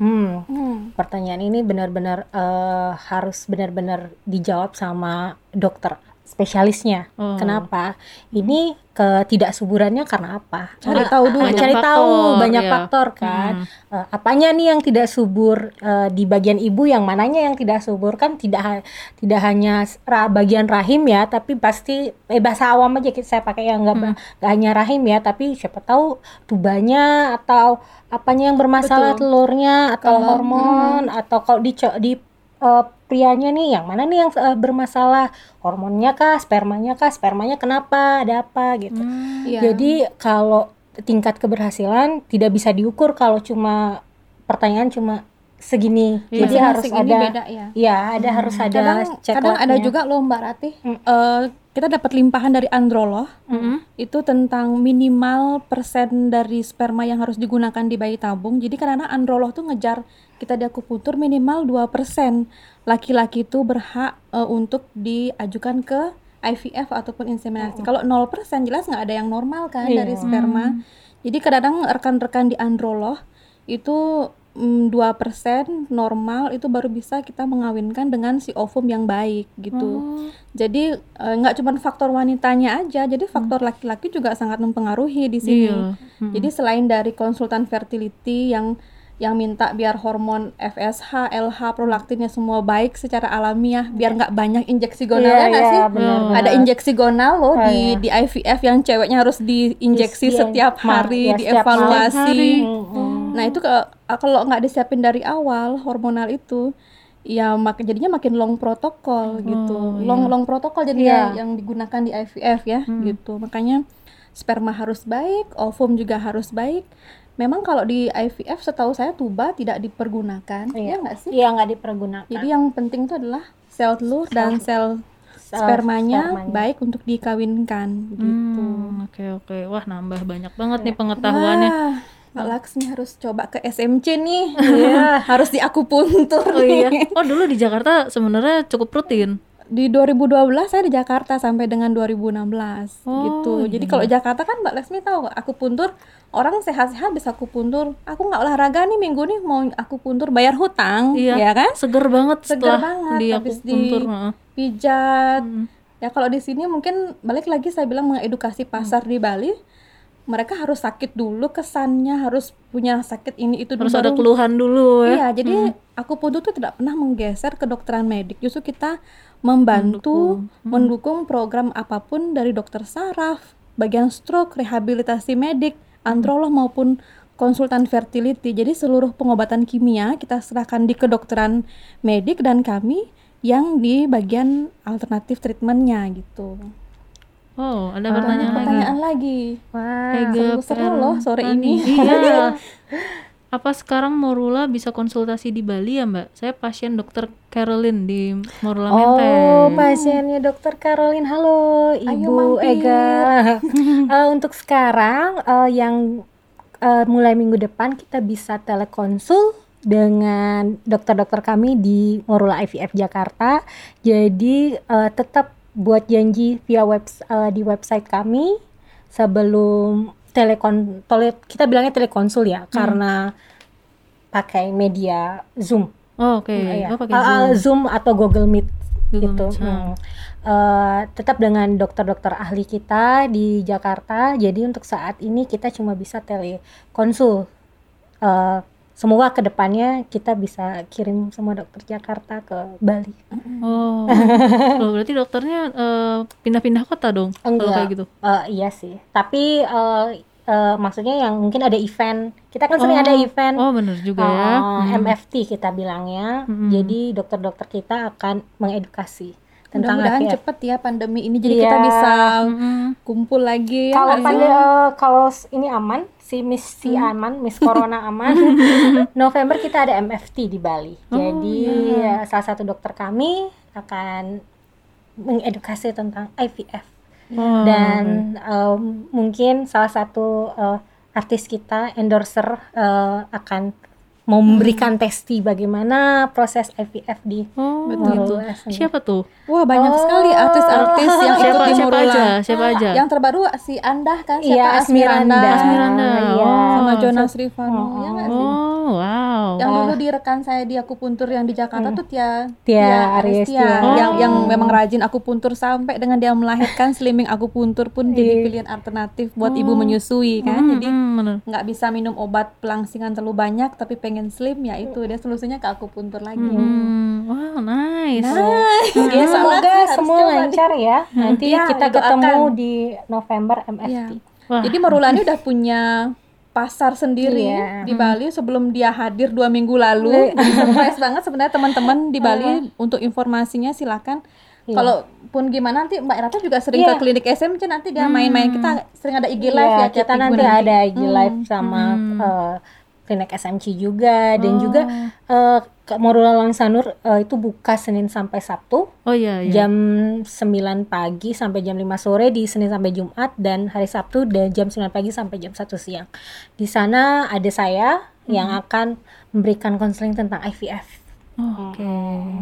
Pertanyaan ini benar-benar harus benar-benar dijawab sama dokter spesialisnya. Kenapa? Ini ketidaksuburannya karena apa? Cari tahu dulu. Banyak faktor kan. Apanya nih yang tidak subur di bagian ibu, yang mananya yang tidak subur kan tidak hanya bagian rahim ya, tapi pasti bahasa awam aja saya pakai yang nggak hanya rahim ya, tapi siapa tahu tubanya atau apanya yang bermasalah, telurnya atau hormon, atau kalau di prianya nih yang mana nih yang bermasalah, hormonnya kah, spermanya kenapa, ada apa gitu. Jadi kalau tingkat keberhasilan tidak bisa diukur kalau cuma pertanyaan cuma segini. Jadi harus ada beda ya. Harus ada kadang ada juga loh Mbak Ratih, kita dapat limpahan dari androlog itu tentang minimal persen dari sperma yang harus digunakan di bayi tabung. Jadi karena androlog tuh ngejar kita di akupunktur minimal 2% laki-laki itu berhak untuk diajukan ke IVF ataupun inseminasi. Kalau 0% jelas nggak ada yang normal kan dari sperma. Jadi kadang-kadang rekan-rekan di androlog itu 2% normal itu baru bisa kita mengawinkan dengan si ovum yang baik gitu. Jadi nggak cuma faktor wanitanya aja, jadi faktor laki-laki juga sangat mempengaruhi di sini. Jadi selain dari konsultan fertility yang minta biar hormon FSH, LH, prolaktinnya semua baik secara alamiah, biar nggak banyak injeksi gonalnya nggak sih? Ada injeksi gonal loh di IVF yang ceweknya harus diinjeksi setiap hari, dievaluasi. Nah itu kalau nggak disiapin dari awal hormonal itu, ya jadinya makin long protokol gitu. Long protokol jadinya yang digunakan di IVF ya gitu. Makanya sperma harus baik, ovum juga harus baik. Memang kalau di IVF setahu saya tuba tidak dipergunakan, ya nggak sih? Iya, nggak dipergunakan. Jadi yang penting itu adalah sel telur dan sel spermanya baik untuk dikawinkan gitu. Oke. Wah nambah banyak banget nih pengetahuannya. Mbak Laksmi harus coba ke SMC nih. Harus di akupuntur. Oh iya. Oh dulu di Jakarta sebenarnya cukup rutin. Di 2012 saya di Jakarta sampai dengan 2016 gitu. Jadi kalau Jakarta kan Mbak Laksmi tahu akupuntur, orang sehat-sehat bisa akupuntur. Aku nggak olahraga nih minggu nih mau akupuntur, bayar hutang, ya kan? Seger banget setelah di habis akupuntur. Pijat. Ya kalau di sini mungkin balik lagi saya bilang mengedukasi pasar di Bali. Mereka harus sakit dulu kesannya, harus punya sakit ini itu dulu. Harus ada keluhan dulu ya. Iya, jadi akupuntur itu tidak pernah menggeser kedokteran medik. Justru kita membantu, mendukung program apapun dari dokter saraf, bagian stroke, rehabilitasi medik, androlog maupun konsultan fertility. Jadi seluruh pengobatan kimia kita serahkan di kedokteran medik dan kami yang di bagian alternatif treatmentnya gitu. Oh, ada pertanyaan lagi. Wah, seru loh sore ini. Iya. Apa sekarang Morula bisa konsultasi di Bali ya Mbak? Saya pasien dokter Caroline di Morula Menteng. Oh, pasiennya dokter Caroline. Halo, Ibu Ega. Untuk sekarang yang mulai minggu depan kita bisa telekonsul dengan dokter-dokter kami di Morula IVF Jakarta. Jadi tetap buat janji via di website kami sebelum kita bilangnya telekonsul ya, karena pakai media Zoom. Oh, oke. Ya. Oh, pakai Zoom. Zoom atau Google Meet gitu. Meet. Tetap dengan dokter-dokter ahli kita di Jakarta. Jadi untuk saat ini kita cuma bisa telekonsul. Semoga kedepannya kita bisa kirim semua dokter Jakarta ke Bali. Oh, loh, berarti dokternya pindah-pindah kota dong kalau kayak gitu? Iya sih. Tapi maksudnya yang mungkin ada event. Kita kan sering ada event. Oh, benar juga ya. MFT kita bilangnya. Jadi dokter-dokter kita akan mengedukasi tentang Mudah-mudahan IVF. cepet ya pandemi ini, jadi Iya. kita bisa kumpul lagi ya. Kalau ini aman, Miss Corona aman. November kita ada MFT di Bali. Jadi salah satu dokter kami akan mengedukasi tentang IVF. Dan mungkin salah satu artis kita, endorser, akan memberikan testi bagaimana proses IVF di Morula. Siapa tuh? Wah, banyak sekali artis-artis yang ikut di Morula. Siapa aja? Yang terbaru si Andah kan, Iya, siapa? Asmiranda. Asmiranda. Iya. Sama Jonas Rivano. Ya nggak sih? Oh, wow. Yang dulu di rekan saya di akupuntur yang di Jakarta tuh Tia Arestia. yang memang rajin akupuntur sampai dengan dia melahirkan slimming akupuntur pun jadi pilihan alternatif buat ibu menyusui kan. Jadi bener. nggak bisa minum obat pelangsingan terlalu banyak tapi pengen slim, ya itu dia solusinya ke akupuntur lagi. Wow, nice. Ya, semoga semua lancar ya. Nanti Ya, kita doakan. ketemu di November MFT. Iya. Wah. Jadi Morula ini udah punya pasar sendiri Iya. di Bali sebelum dia hadir 2 minggu lalu. Jadi surprise banget sebenarnya teman-teman di Bali. Untuk informasinya silakan. Kalaupun gimana nanti Mbak Rata juga sering ke klinik SMC, nanti dia main-main, kita sering ada IG live ya kita tiap minggu nanti ada IG live sama klinik SMC juga, dan juga Morula Laun Sanur itu buka Senin sampai Sabtu. Oh iya. Jam 9 pagi sampai jam 5 sore di Senin sampai Jumat, dan hari Sabtu dan jam 9 pagi sampai jam 1 siang. Di sana ada saya yang akan memberikan konseling tentang IVF. Oke.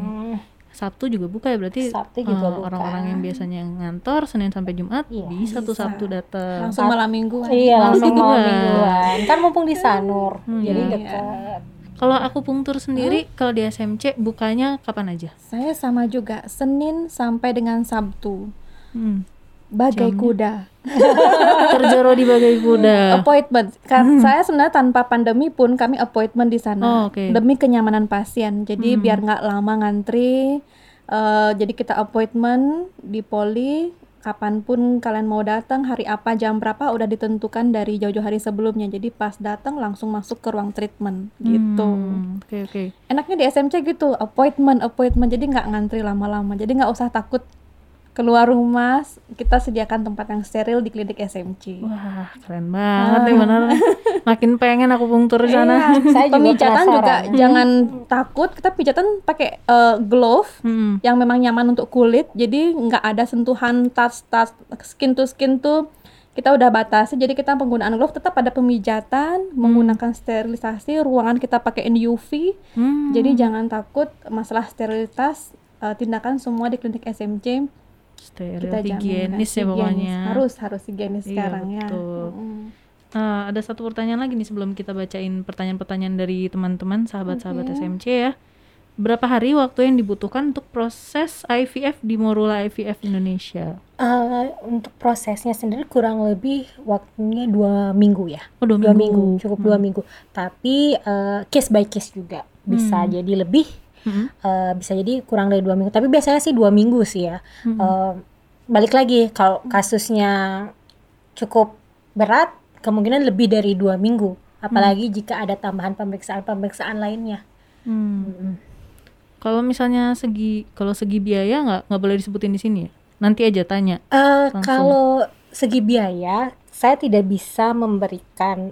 Sabtu juga buka ya, berarti Sabtu juga buka. orang-orang yang biasanya ngantor Senin sampai Jumat bisa tuh Sabtu datang. langsung malam mingguan. Iya, langsung Mingguan. mau mingguan. Kan mumpung di Sanur. Jadi dekat. Kalau akupunktur sendiri kalau di SMC bukanya kapan aja? Saya sama juga, Senin sampai dengan Sabtu. Hmm. Bagai kuda. Terjoro di bagai kuda. Appointment. Saya sebenarnya tanpa pandemi pun kami appointment di sana. Oke. Demi kenyamanan pasien. Jadi biar nggak lama ngantri. Jadi kita appointment di Poli. Kapanpun kalian mau datang, hari apa, jam berapa udah ditentukan dari jauh-jauh hari sebelumnya. Jadi pas datang langsung masuk ke ruang treatment gitu. Oke. Enaknya di SMC gitu, appointment. Jadi nggak ngantri lama-lama. Jadi nggak usah takut keluar rumah, kita sediakan tempat yang steril di klinik SMC. Wah, keren banget nih bener. Makin pengen akupunktur di sana. Saya juga Pemijatan juga penasaran. jangan takut, kita pijatan pakai glove yang memang nyaman untuk kulit, jadi nggak ada sentuhan touch skin to skin tuh kita udah batasi. Jadi kita penggunaan glove tetap ada pemijatan, menggunakan sterilisasi, ruangan kita pakai UV. Jadi jangan takut masalah sterilitas, tindakan semua di klinik SMC Steril, kita jamin. higienis ya pokoknya. Harus higienis Iya, sekarang betul. ya. Ada satu pertanyaan lagi nih sebelum kita bacain pertanyaan-pertanyaan dari teman-teman sahabat-sahabat SMC ya. Berapa hari waktu yang dibutuhkan untuk proses IVF di Morula IVF Indonesia? Untuk prosesnya sendiri kurang lebih waktunya 2 minggu ya. Oh, 2 minggu. Cukup 2 minggu. Tapi case by case juga bisa jadi lebih. Bisa jadi kurang dari 2 minggu, tapi biasanya sih 2 minggu sih ya. Balik lagi, kalau kasusnya cukup berat kemungkinan lebih dari 2 minggu, apalagi jika ada tambahan pemeriksaan lainnya. Kalau misalnya segi biaya nggak boleh disebutin di sini ya, nanti aja tanya. Kalau segi biaya saya tidak bisa memberikan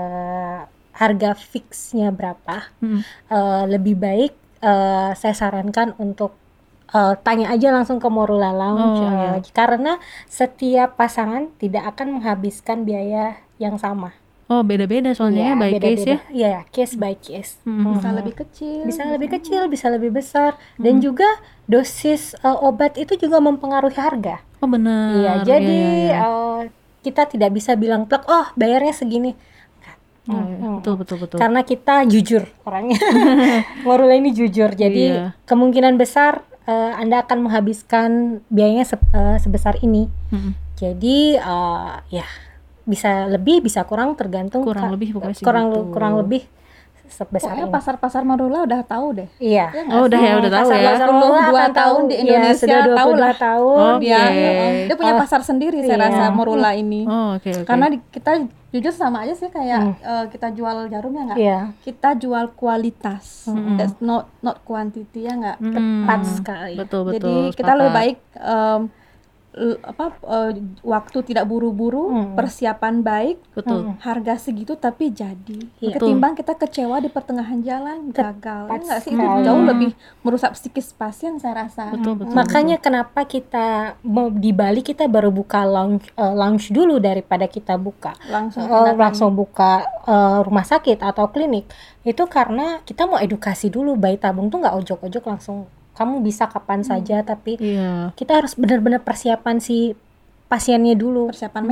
harga fixnya berapa. Lebih baik saya sarankan untuk tanya aja langsung ke Morula Lounge, karena setiap pasangan tidak akan menghabiskan biaya yang sama. Oh, beda-beda soalnya ya, by case ya. Iya, case by case. Bisa lebih kecil. Bisa lebih kecil, bisa lebih besar, dan juga dosis obat itu juga mempengaruhi harga. Oh, benar. Iya, jadi kita tidak bisa bilang plek, oh bayarnya segini. Betul. Karena kita jujur orangnya. Morula ini jujur, jadi kemungkinan besar Anda akan menghabiskan biayanya sebesar ini. Jadi ya bisa lebih, bisa kurang, tergantung kurang lebih pokoknya sih kurang lebih sebesar Pokoknya ini. pasar-pasar Morula udah tahu deh. Iya. Oh, udah tahu ya. Pasar Morula 22 tahun di Indonesia, sudah 22 tahu lah. tahun. Dia punya pasar sendiri saya rasa Morula ini. Oh, oke. Karena kita jujur sama aja sih kayak kita jual jarum ya nggak? Iya. Kita jual kualitas, that's not quantity ya nggak? Tepat sekali. Betul. Jadi kita lebih baik waktu tidak buru-buru, persiapan baik, Betul. harga segitu tapi jadi. Iya. Ketimbang kita kecewa di pertengahan jalan gagal. Ya nggak sih, itu jauh lebih merusak psikis pasien saya rasa. Betul. Makanya kenapa kita di Bali kita baru buka lounge dulu daripada kita buka langsung buka rumah sakit atau klinik. Itu karena kita mau edukasi dulu, bayi tabung tuh nggak ojok-ojok langsung kamu bisa kapan saja, tapi kita harus benar-benar persiapan si pasiennya dulu, persiapan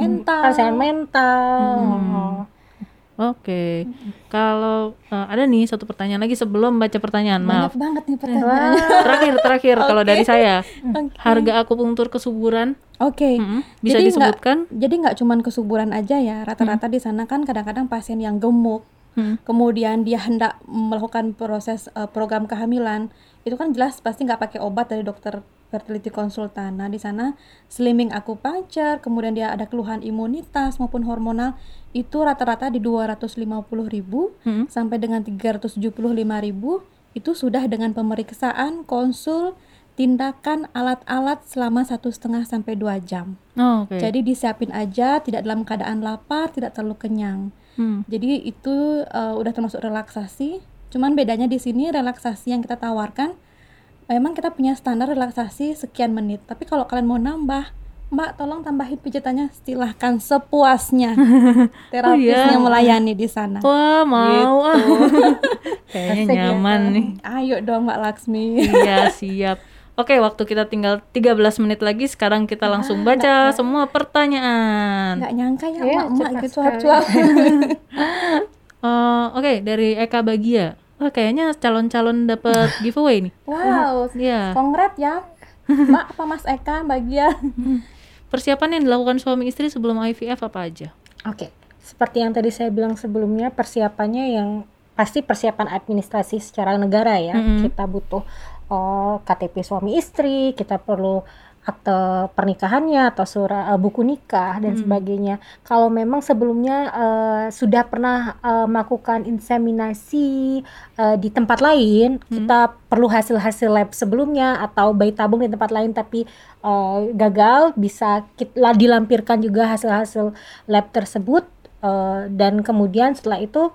mental. Oke. Kalau ada nih satu pertanyaan lagi sebelum baca pertanyaan, maaf. Banyak banget nih pertanyaan. Terakhir kalau dari saya, harga akupunktur kesuburan. Bisa Jadi disebutkan? Jadi nggak cuman kesuburan aja ya, rata-rata di sana kan kadang-kadang pasien yang gemuk, kemudian dia hendak melakukan proses program kehamilan, itu kan jelas pasti nggak pakai obat dari dokter fertility konsultan. Nah di sana slimming acupuncture, kemudian dia ada keluhan imunitas maupun hormonal, itu rata-rata di 250.000 sampai dengan 375.000, itu sudah dengan pemeriksaan, konsul, tindakan, alat-alat selama 1,5 sampai 2 jam. Jadi disiapin aja, tidak dalam keadaan lapar, tidak terlalu kenyang. Jadi itu udah termasuk relaksasi. Cuman bedanya di sini relaksasi yang kita tawarkan, memang kita punya standar relaksasi sekian menit. Tapi kalau kalian mau nambah, Mbak tolong tambahin pijatannya, silahkan sepuasnya. Terapisnya melayani di sana. Wah, mau kayaknya nyaman nih. Ayo dong Mbak Laksmi. Iya, siap. Oke, waktu kita tinggal 13 menit lagi. Sekarang kita langsung baca semua pertanyaan. Nggak nyangka ya emak-emak gitu cuap-cuap. Oke, dari Eka Bagia. Wah, kayaknya calon-calon dapat giveaway nih. Wow, kongrat ya Mbak apa Mas Eka Bagia. Persiapan yang dilakukan suami istri sebelum IVF apa aja? Oke, seperti yang tadi saya bilang sebelumnya, persiapannya yang pasti persiapan administrasi secara negara ya. Kita butuh KTP suami istri, kita perlu akte pernikahannya atau surat buku nikah dan sebagainya. Kalau memang sebelumnya sudah pernah melakukan inseminasi di tempat lain, kita perlu hasil-hasil lab sebelumnya, atau bayi tabung di tempat lain tapi gagal, bisa kita dilampirkan juga hasil-hasil lab tersebut, dan kemudian setelah itu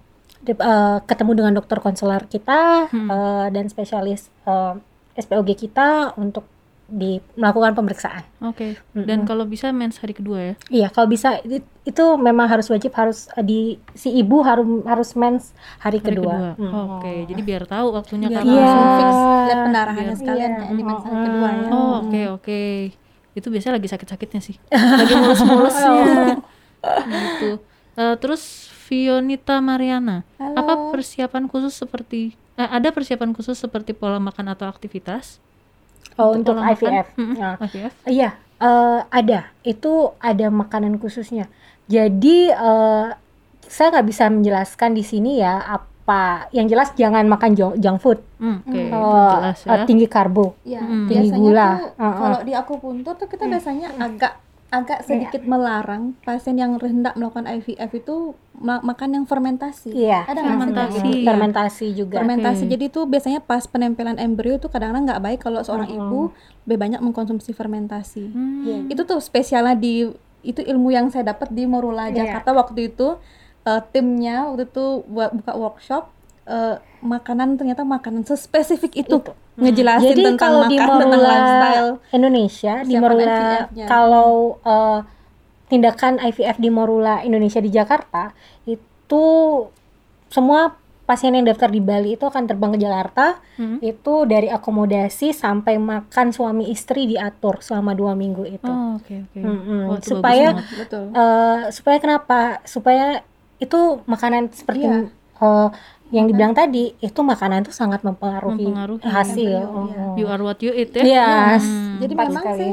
ketemu dengan dokter konselor kita dan spesialis SPOG kita untuk melakukan pemeriksaan. Dan kalau bisa mens hari kedua ya? Iya, kalau bisa itu memang harus wajib, si ibu harus mens hari kedua. Jadi biar tahu waktunya biar kapan. langsung fix lihat pendarahannya sekalian di mens hari kedua ya. Oke. Itu biasanya lagi sakit-sakitnya sih. Lagi mulus-mulusnya. Gitu. Terus Fionita Mariana, apa persiapan khusus ada persiapan khusus seperti pola makan atau aktivitas? Untuk IVF. IVF? Iya, ada. Itu ada makanan khususnya. Jadi saya nggak bisa menjelaskan di sini ya apa. Yang jelas jangan makan junk food. Jelas ya. Tinggi karbo, tinggi gula. Kalau di akupuntur tuh kita biasanya agak sedikit melarang pasien yang hendak melakukan IVF itu makan yang fermentasi. Ada fermentasi juga. Fermentasi. Jadi itu biasanya pas penempelan embrio itu kadang-kadang nggak baik kalau seorang ibu lebih banyak mengkonsumsi fermentasi. Itu tuh spesialnya itu ilmu yang saya dapat di Morula Jakarta waktu itu. Timnya waktu itu buka workshop, ternyata makanan sespesifik itu. Ngejelasin jadi tentang kalau makan, di Morula tentang lifestyle Indonesia, di Morula kalau tindakan IVF di Morula Indonesia di Jakarta itu semua pasien yang daftar di Bali itu akan terbang ke Jakarta. Itu dari akomodasi sampai makan suami istri diatur selama 2 minggu itu. Oke. Mm-mm. Wah, itu Supaya bagus banget. Betul. supaya kenapa? Supaya itu makanan seperti yang dibilang tadi, itu makanan itu sangat mempengaruhi hasil. You are what you eat ya. Yes. Jadi Tepat memang sekali. sih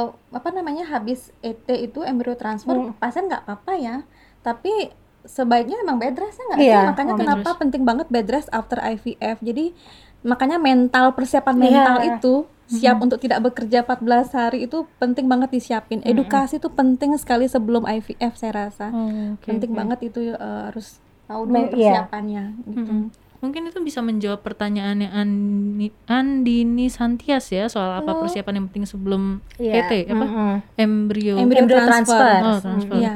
habis ET itu embryo transfer pasien nggak apa-apa ya, tapi sebaiknya memang bed rest ya nggak sih? Iya, Makanya bed kenapa penting banget bed rest after IVF. Jadi makanya persiapan mental itu siap untuk tidak bekerja 14 hari itu penting banget disiapin. Edukasi itu penting sekali sebelum IVF saya rasa. Penting banget itu harus tahu dulu persiapannya gitu. Mungkin itu bisa menjawab pertanyaannya Andini Santias ya, soal apa persiapan yang penting sebelum ET embryo transfer. Transfer. Iya.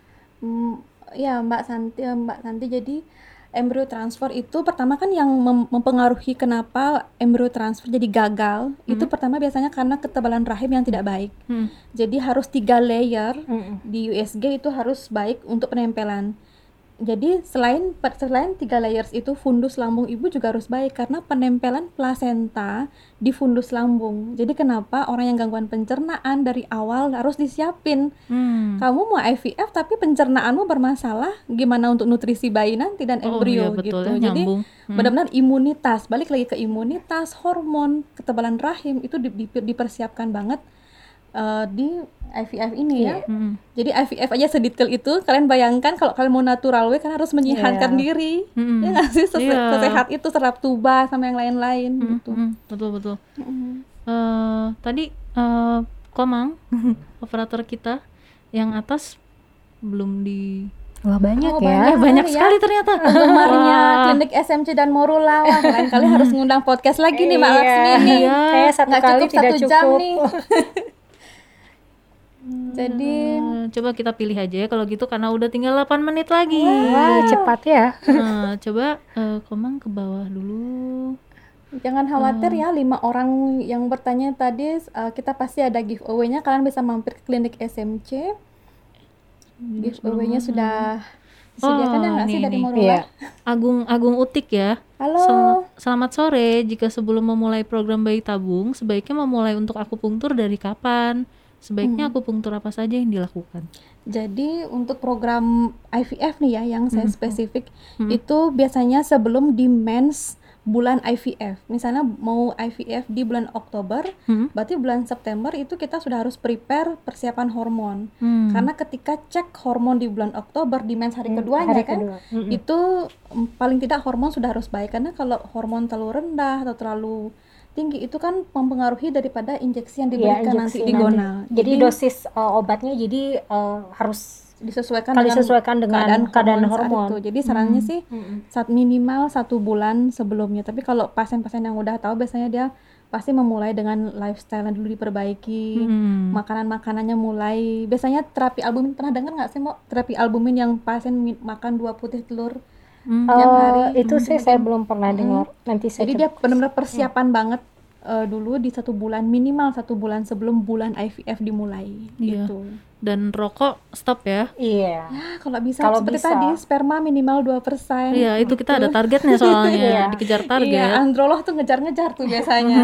Ya Mbak Santi, jadi embryo transfer itu pertama kan yang mempengaruhi kenapa embryo transfer jadi gagal, itu pertama biasanya karena ketebalan rahim yang tidak baik. Jadi harus 3 layer di USG itu harus baik untuk penempelan. Jadi selain 3 layers itu, fundus lambung ibu juga harus baik karena penempelan plasenta di fundus lambung. Jadi kenapa orang yang gangguan pencernaan dari awal harus disiapin. Kamu mau IVF tapi pencernaanmu bermasalah, gimana untuk nutrisi bayi nanti dan embrio gitu. Jadi benar-benar imunitas, balik lagi ke imunitas, hormon, ketebalan rahim itu dipersiapkan banget di IVF ini ya. Jadi IVF aja sedetail itu, kalian bayangkan kalau kalian mau natural way kan harus menyehatkan diri. Ya nggak sih, sesehat itu, serap tuba sama yang lain-lain gitu. Betul. Tadi Komang operator kita yang atas belum di banyak banyak sekali ternyata penggemarnya klinik SMC dan Morula. Wah, lain kali harus ngundang podcast lagi nih Mbak Laksmi nih. Kayak nggak kali cukup 1 jam nih. Jadi coba kita pilih aja ya kalau gitu, karena udah tinggal 8 menit lagi. Wah, cepat ya. Coba Komang ke bawah dulu. Jangan khawatir ya, 5 orang yang bertanya tadi kita pasti ada giveaway-nya. Kalian bisa mampir ke klinik SMC. Giveaway-nya sudah disediakan ya nggak sih dari Morula? Agung Utik ya. Halo. Selamat sore. Jika sebelum memulai program bayi tabung, sebaiknya memulai untuk akupunktur dari kapan? Sebaiknya akupunktur apa saja yang dilakukan? Jadi untuk program IVF nih ya, yang saya spesifik itu biasanya sebelum di mens bulan IVF. Misalnya mau IVF di bulan Oktober, berarti bulan September itu kita sudah harus prepare persiapan hormon. Karena ketika cek hormon di bulan Oktober di mens hari keduanya itu paling tidak hormon sudah harus baik. Karena kalau hormon terlalu rendah atau terlalu tinggi itu kan mempengaruhi daripada injeksi yang diberikan nanti di gonal. Jadi dosis obatnya harus disesuaikan dengan keadaan hormon. Itu. Jadi sarannya sih minimal 1 bulan sebelumnya. Tapi kalau pasien-pasien yang udah tahu biasanya dia pasti memulai dengan lifestyle yang dulu diperbaiki, makanan-makanannya mulai. Biasanya terapi albumin, pernah dengar nggak sih Mbak terapi albumin yang pasien makan 2 putih telur tiap hari? Itu sih saya belum pernah dengar. Nanti saya Jadi dia benar-benar persiapan banget dulu di 1 bulan, minimal 1 bulan sebelum bulan IVF dimulai gitu. Dan rokok stop ya. Ya kalau seperti tadi sperma minimal 2%. Iya, itu kita ada targetnya soalnya. Dikejar target. Iya, androlog tuh ngejar-ngejar tuh biasanya.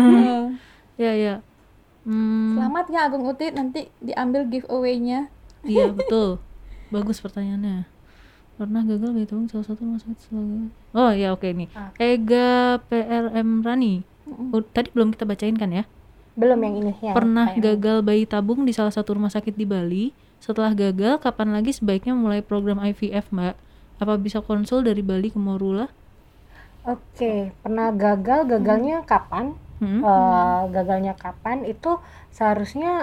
Iya. Selamat ya Agung Utit, nanti diambil giveaway-nya. Iya, betul. Bagus pertanyaannya. Pernah gagal bayi tabung salah satu rumah sakit selalu. Oh ya, oke nih. Ega PRM Rani. Tadi belum kita bacain kan ya? Belum yang ini ya. Pernah gagal bayi tabung di salah satu rumah sakit di Bali. Setelah gagal, kapan lagi sebaiknya mulai program IVF, Mbak? Apa bisa konsul dari Bali ke Morula? Oke, pernah gagalnya kapan? Gagalnya kapan? Itu seharusnya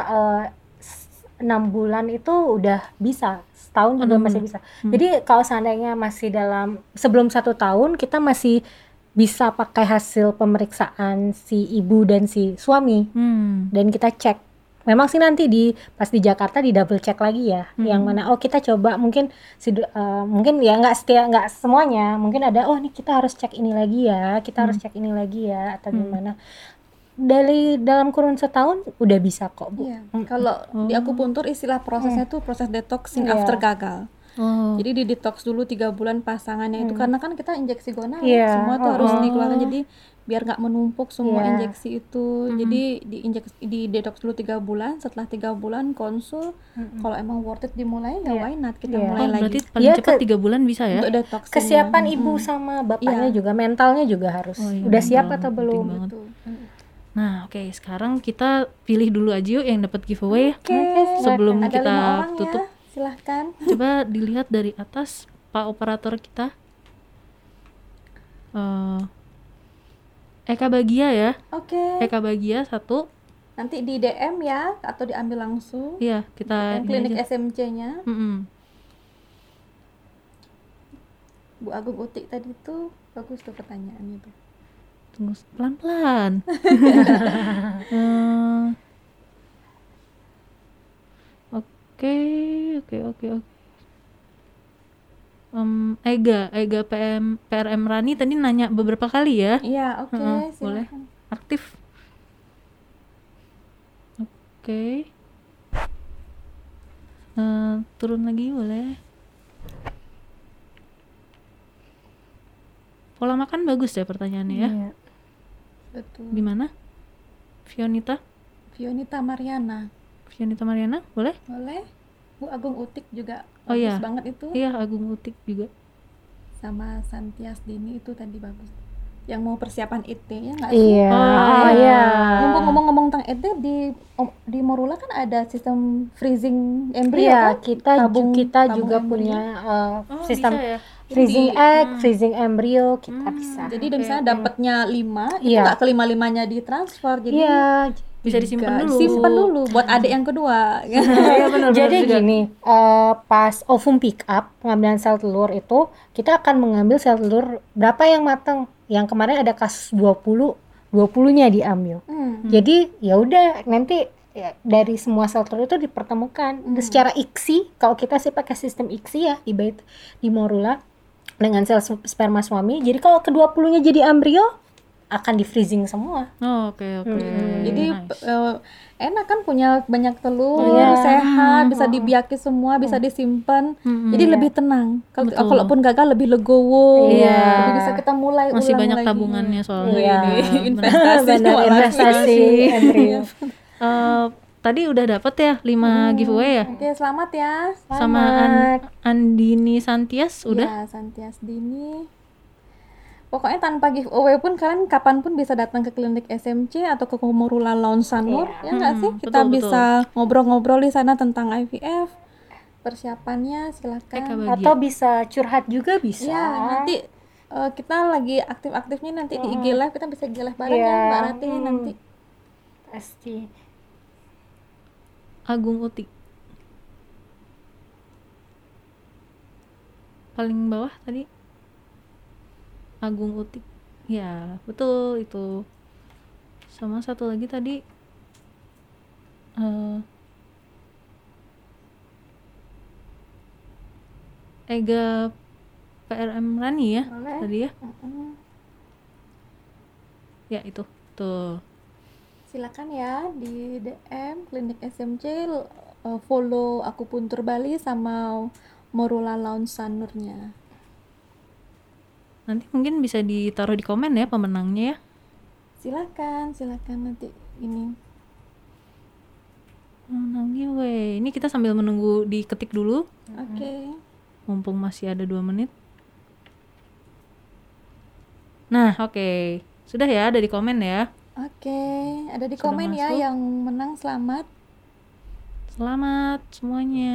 6 bulan itu udah bisa, setahun juga masih bisa. Jadi kalau seandainya masih sebelum 1 tahun, kita masih bisa pakai hasil pemeriksaan si ibu dan si suami, dan kita cek. Memang sih nanti pas di Jakarta di double check lagi ya, yang mana kita coba mungkin mungkin ya nggak semuanya, mungkin ada nih kita harus cek ini lagi ya, kita harus cek ini lagi ya, atau gimana. dari dalam kurun setahun udah bisa kok, Bu. Iya. Kalau di akupuntur istilah prosesnya tuh proses detoxing Iya. after gagal. Oh. Jadi di detox dulu 3 bulan pasangannya itu karena kan kita injeksi gonal Iya. semua tuh harus dikeluarkan, jadi biar nggak menumpuk semua Iya. injeksi itu. Jadi di detox dulu 3 bulan, setelah 3 bulan konsul, kalau emang worth it dimulai ya why not kita Iya. mulai Oh, berarti lagi paling Iya, cepat 3 bulan bisa ya? untuk detox. Kesiapan ibu sama bapaknya juga, mentalnya juga harus Oh, iya, udah siap mental atau belum? penting banget. Tuh. Nah, oke, sekarang kita pilih dulu aja yuk yang dapat giveaway ya. Sebelum Ada kita 5 orang tutup, ya, silahkan. coba dilihat dari atas Pak operator kita. Eka Bagia ya. Oke. Eka Bagia 1. Nanti di DM ya atau diambil langsung. Iya, kita Yang ini klinik aja. SMC-nya. Mm-mm. Bu Agung Utik tadi tuh bagus tuh pertanyaannya tuh. Tunggu pelan-pelan. Oke. Ega PRM Rani tadi nanya beberapa kali ya. Iya, oke, Boleh. silakan. Aktif. Oke. Turun lagi boleh. Pola makan bagus ya pertanyaannya ya. Iya. Betul. Di mana? Fionita Mariana. Boleh? Boleh. Bu Agung Utik juga Oh, bagus iya. banget itu. Iya, Agung Utik juga. Sama Santias Dini itu tadi bagus. Yang mau persiapan IT ya nggak sih? Iya. Oh, Iya. Ngomong-ngomong tentang IT di Morula kan ada sistem freezing embrio Iya, kan? kita Tabung juga embrio. punya sistem bisa ya? freezing egg, freezing embryo kita bisa. Jadi misalnya dapatnya 5, itu Iya. nggak ke 5-5-nya ditransfer. Jadi Iya. Bisa disimpan dulu. simpan dulu buat adik yang kedua. Iya, benar. Jadi gini, pas ovum pick up pengambilan sel telur itu kita akan mengambil sel telur berapa yang matang. Yang kemarin ada kasus 20-nya diambil. Jadi ya udah nanti ya, dari semua sel telur itu dipertemukan secara ICSI. Kalau kita sih pakai sistem ICSI ya di Morula dengan sel sperma suami. Jadi kalau ke-20-nya jadi embrio akan di freezing semua. Oh, oke. Jadi Nice. enak kan punya banyak telur, Iya. sehat, bisa dibiaki semua, bisa disimpan. Jadi lebih tenang. Kalaupun gagal lebih legowo. Iya. Lebih bisa kita mulai Masih ulang banyak lagi. tabungannya soalnya. Iya. Investasi Benar, malah. investasi embrio. Tadi udah dapet ya 5 giveaway ya? Oke, selamat ya. Sama Andini Santias udah? Ya, Santias Dini. Pokoknya tanpa giveaway pun kalian kapanpun bisa datang ke klinik SMC atau ke Morula Lounge Sanur, ya nggak sih? Kita betul, bisa ngobrol-ngobrol di sana tentang IVF, persiapannya, Eka silakan. Bagia. Atau bisa curhat juga bisa. Ya, nanti kita lagi aktif-aktifnya nanti di IG Live, kita bisa IG Live bareng Iya. ya Mbak Rati nanti. Pasti. Agung Utik. Paling bawah tadi Agung Utik. Ya, betul itu. Sama satu lagi tadi Ega PRM Rani ya Boleh. tadi ya. Ya itu tuh. Silakan ya di DM klinik SMC, follow Akupuntur Bali sama Morula Lounge Sanurnya. Nanti mungkin bisa ditaruh di komen ya pemenangnya ya. Silakan nanti ini. Menang giveaway. Ini kita sambil menunggu diketik dulu. Oke. Mumpung masih ada 2 menit. Nah, oke. Sudah ya, ada di komen ya. Oke, ada di Sudah komen ya masuk. yang menang, selamat. Selamat semuanya.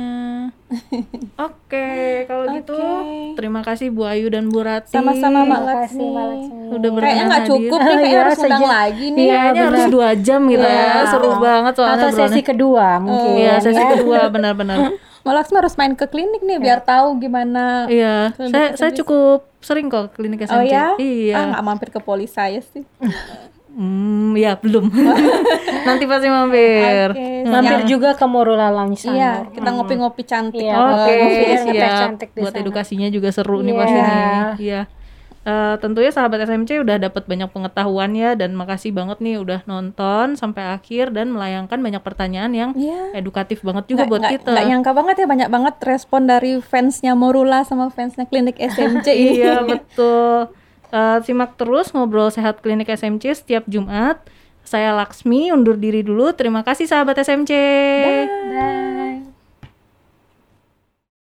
Oke, kalau gitu Oke. terima kasih Bu Ayu dan Bu Rati. Sama-sama Mbak Terima kasih, Laksmi. Mbak Laksmi. Udah Kayaknya berkenan nggak hadir. cukup nih, kayaknya Iya, harus undang sejak- lagi nih. Iya, Kayaknya harus benar. 2 jam gitu ya. Iya. Seru banget soalnya Atau sesi obrolannya. kedua mungkin. Iya, sesi ya. kedua benar-benar. Mbak Laksmi harus main ke klinik nih biar tahu gimana. Iya, Klinik saya SMC. cukup sering kok ke klinik SMC. Oh ya? Iya. Nggak mampir ke poli saya sih. Ya belum. Nanti pasti mampir. Oke, Mampir siap. juga ke Morula Lounge Sanur. Iya, kita ngopi-ngopi cantik. Iya, Oke, ngopi, ngeteh siap. cantik di Buat sana. edukasinya juga seru nih Iya. pasti nih. Iya. Tentunya sahabat SMC udah dapat banyak pengetahuan ya, dan makasih banget nih udah nonton sampai akhir dan melayangkan banyak pertanyaan yang edukatif banget juga buat kita. Nggak nyangka banget ya, banyak banget respon dari fansnya Morula sama fansnya Klinik SMC. Iya betul. Simak terus Ngobrol Sehat Klinik SMC setiap Jumat. Saya Laksmi undur diri dulu. Terima kasih sahabat SMC. Dah.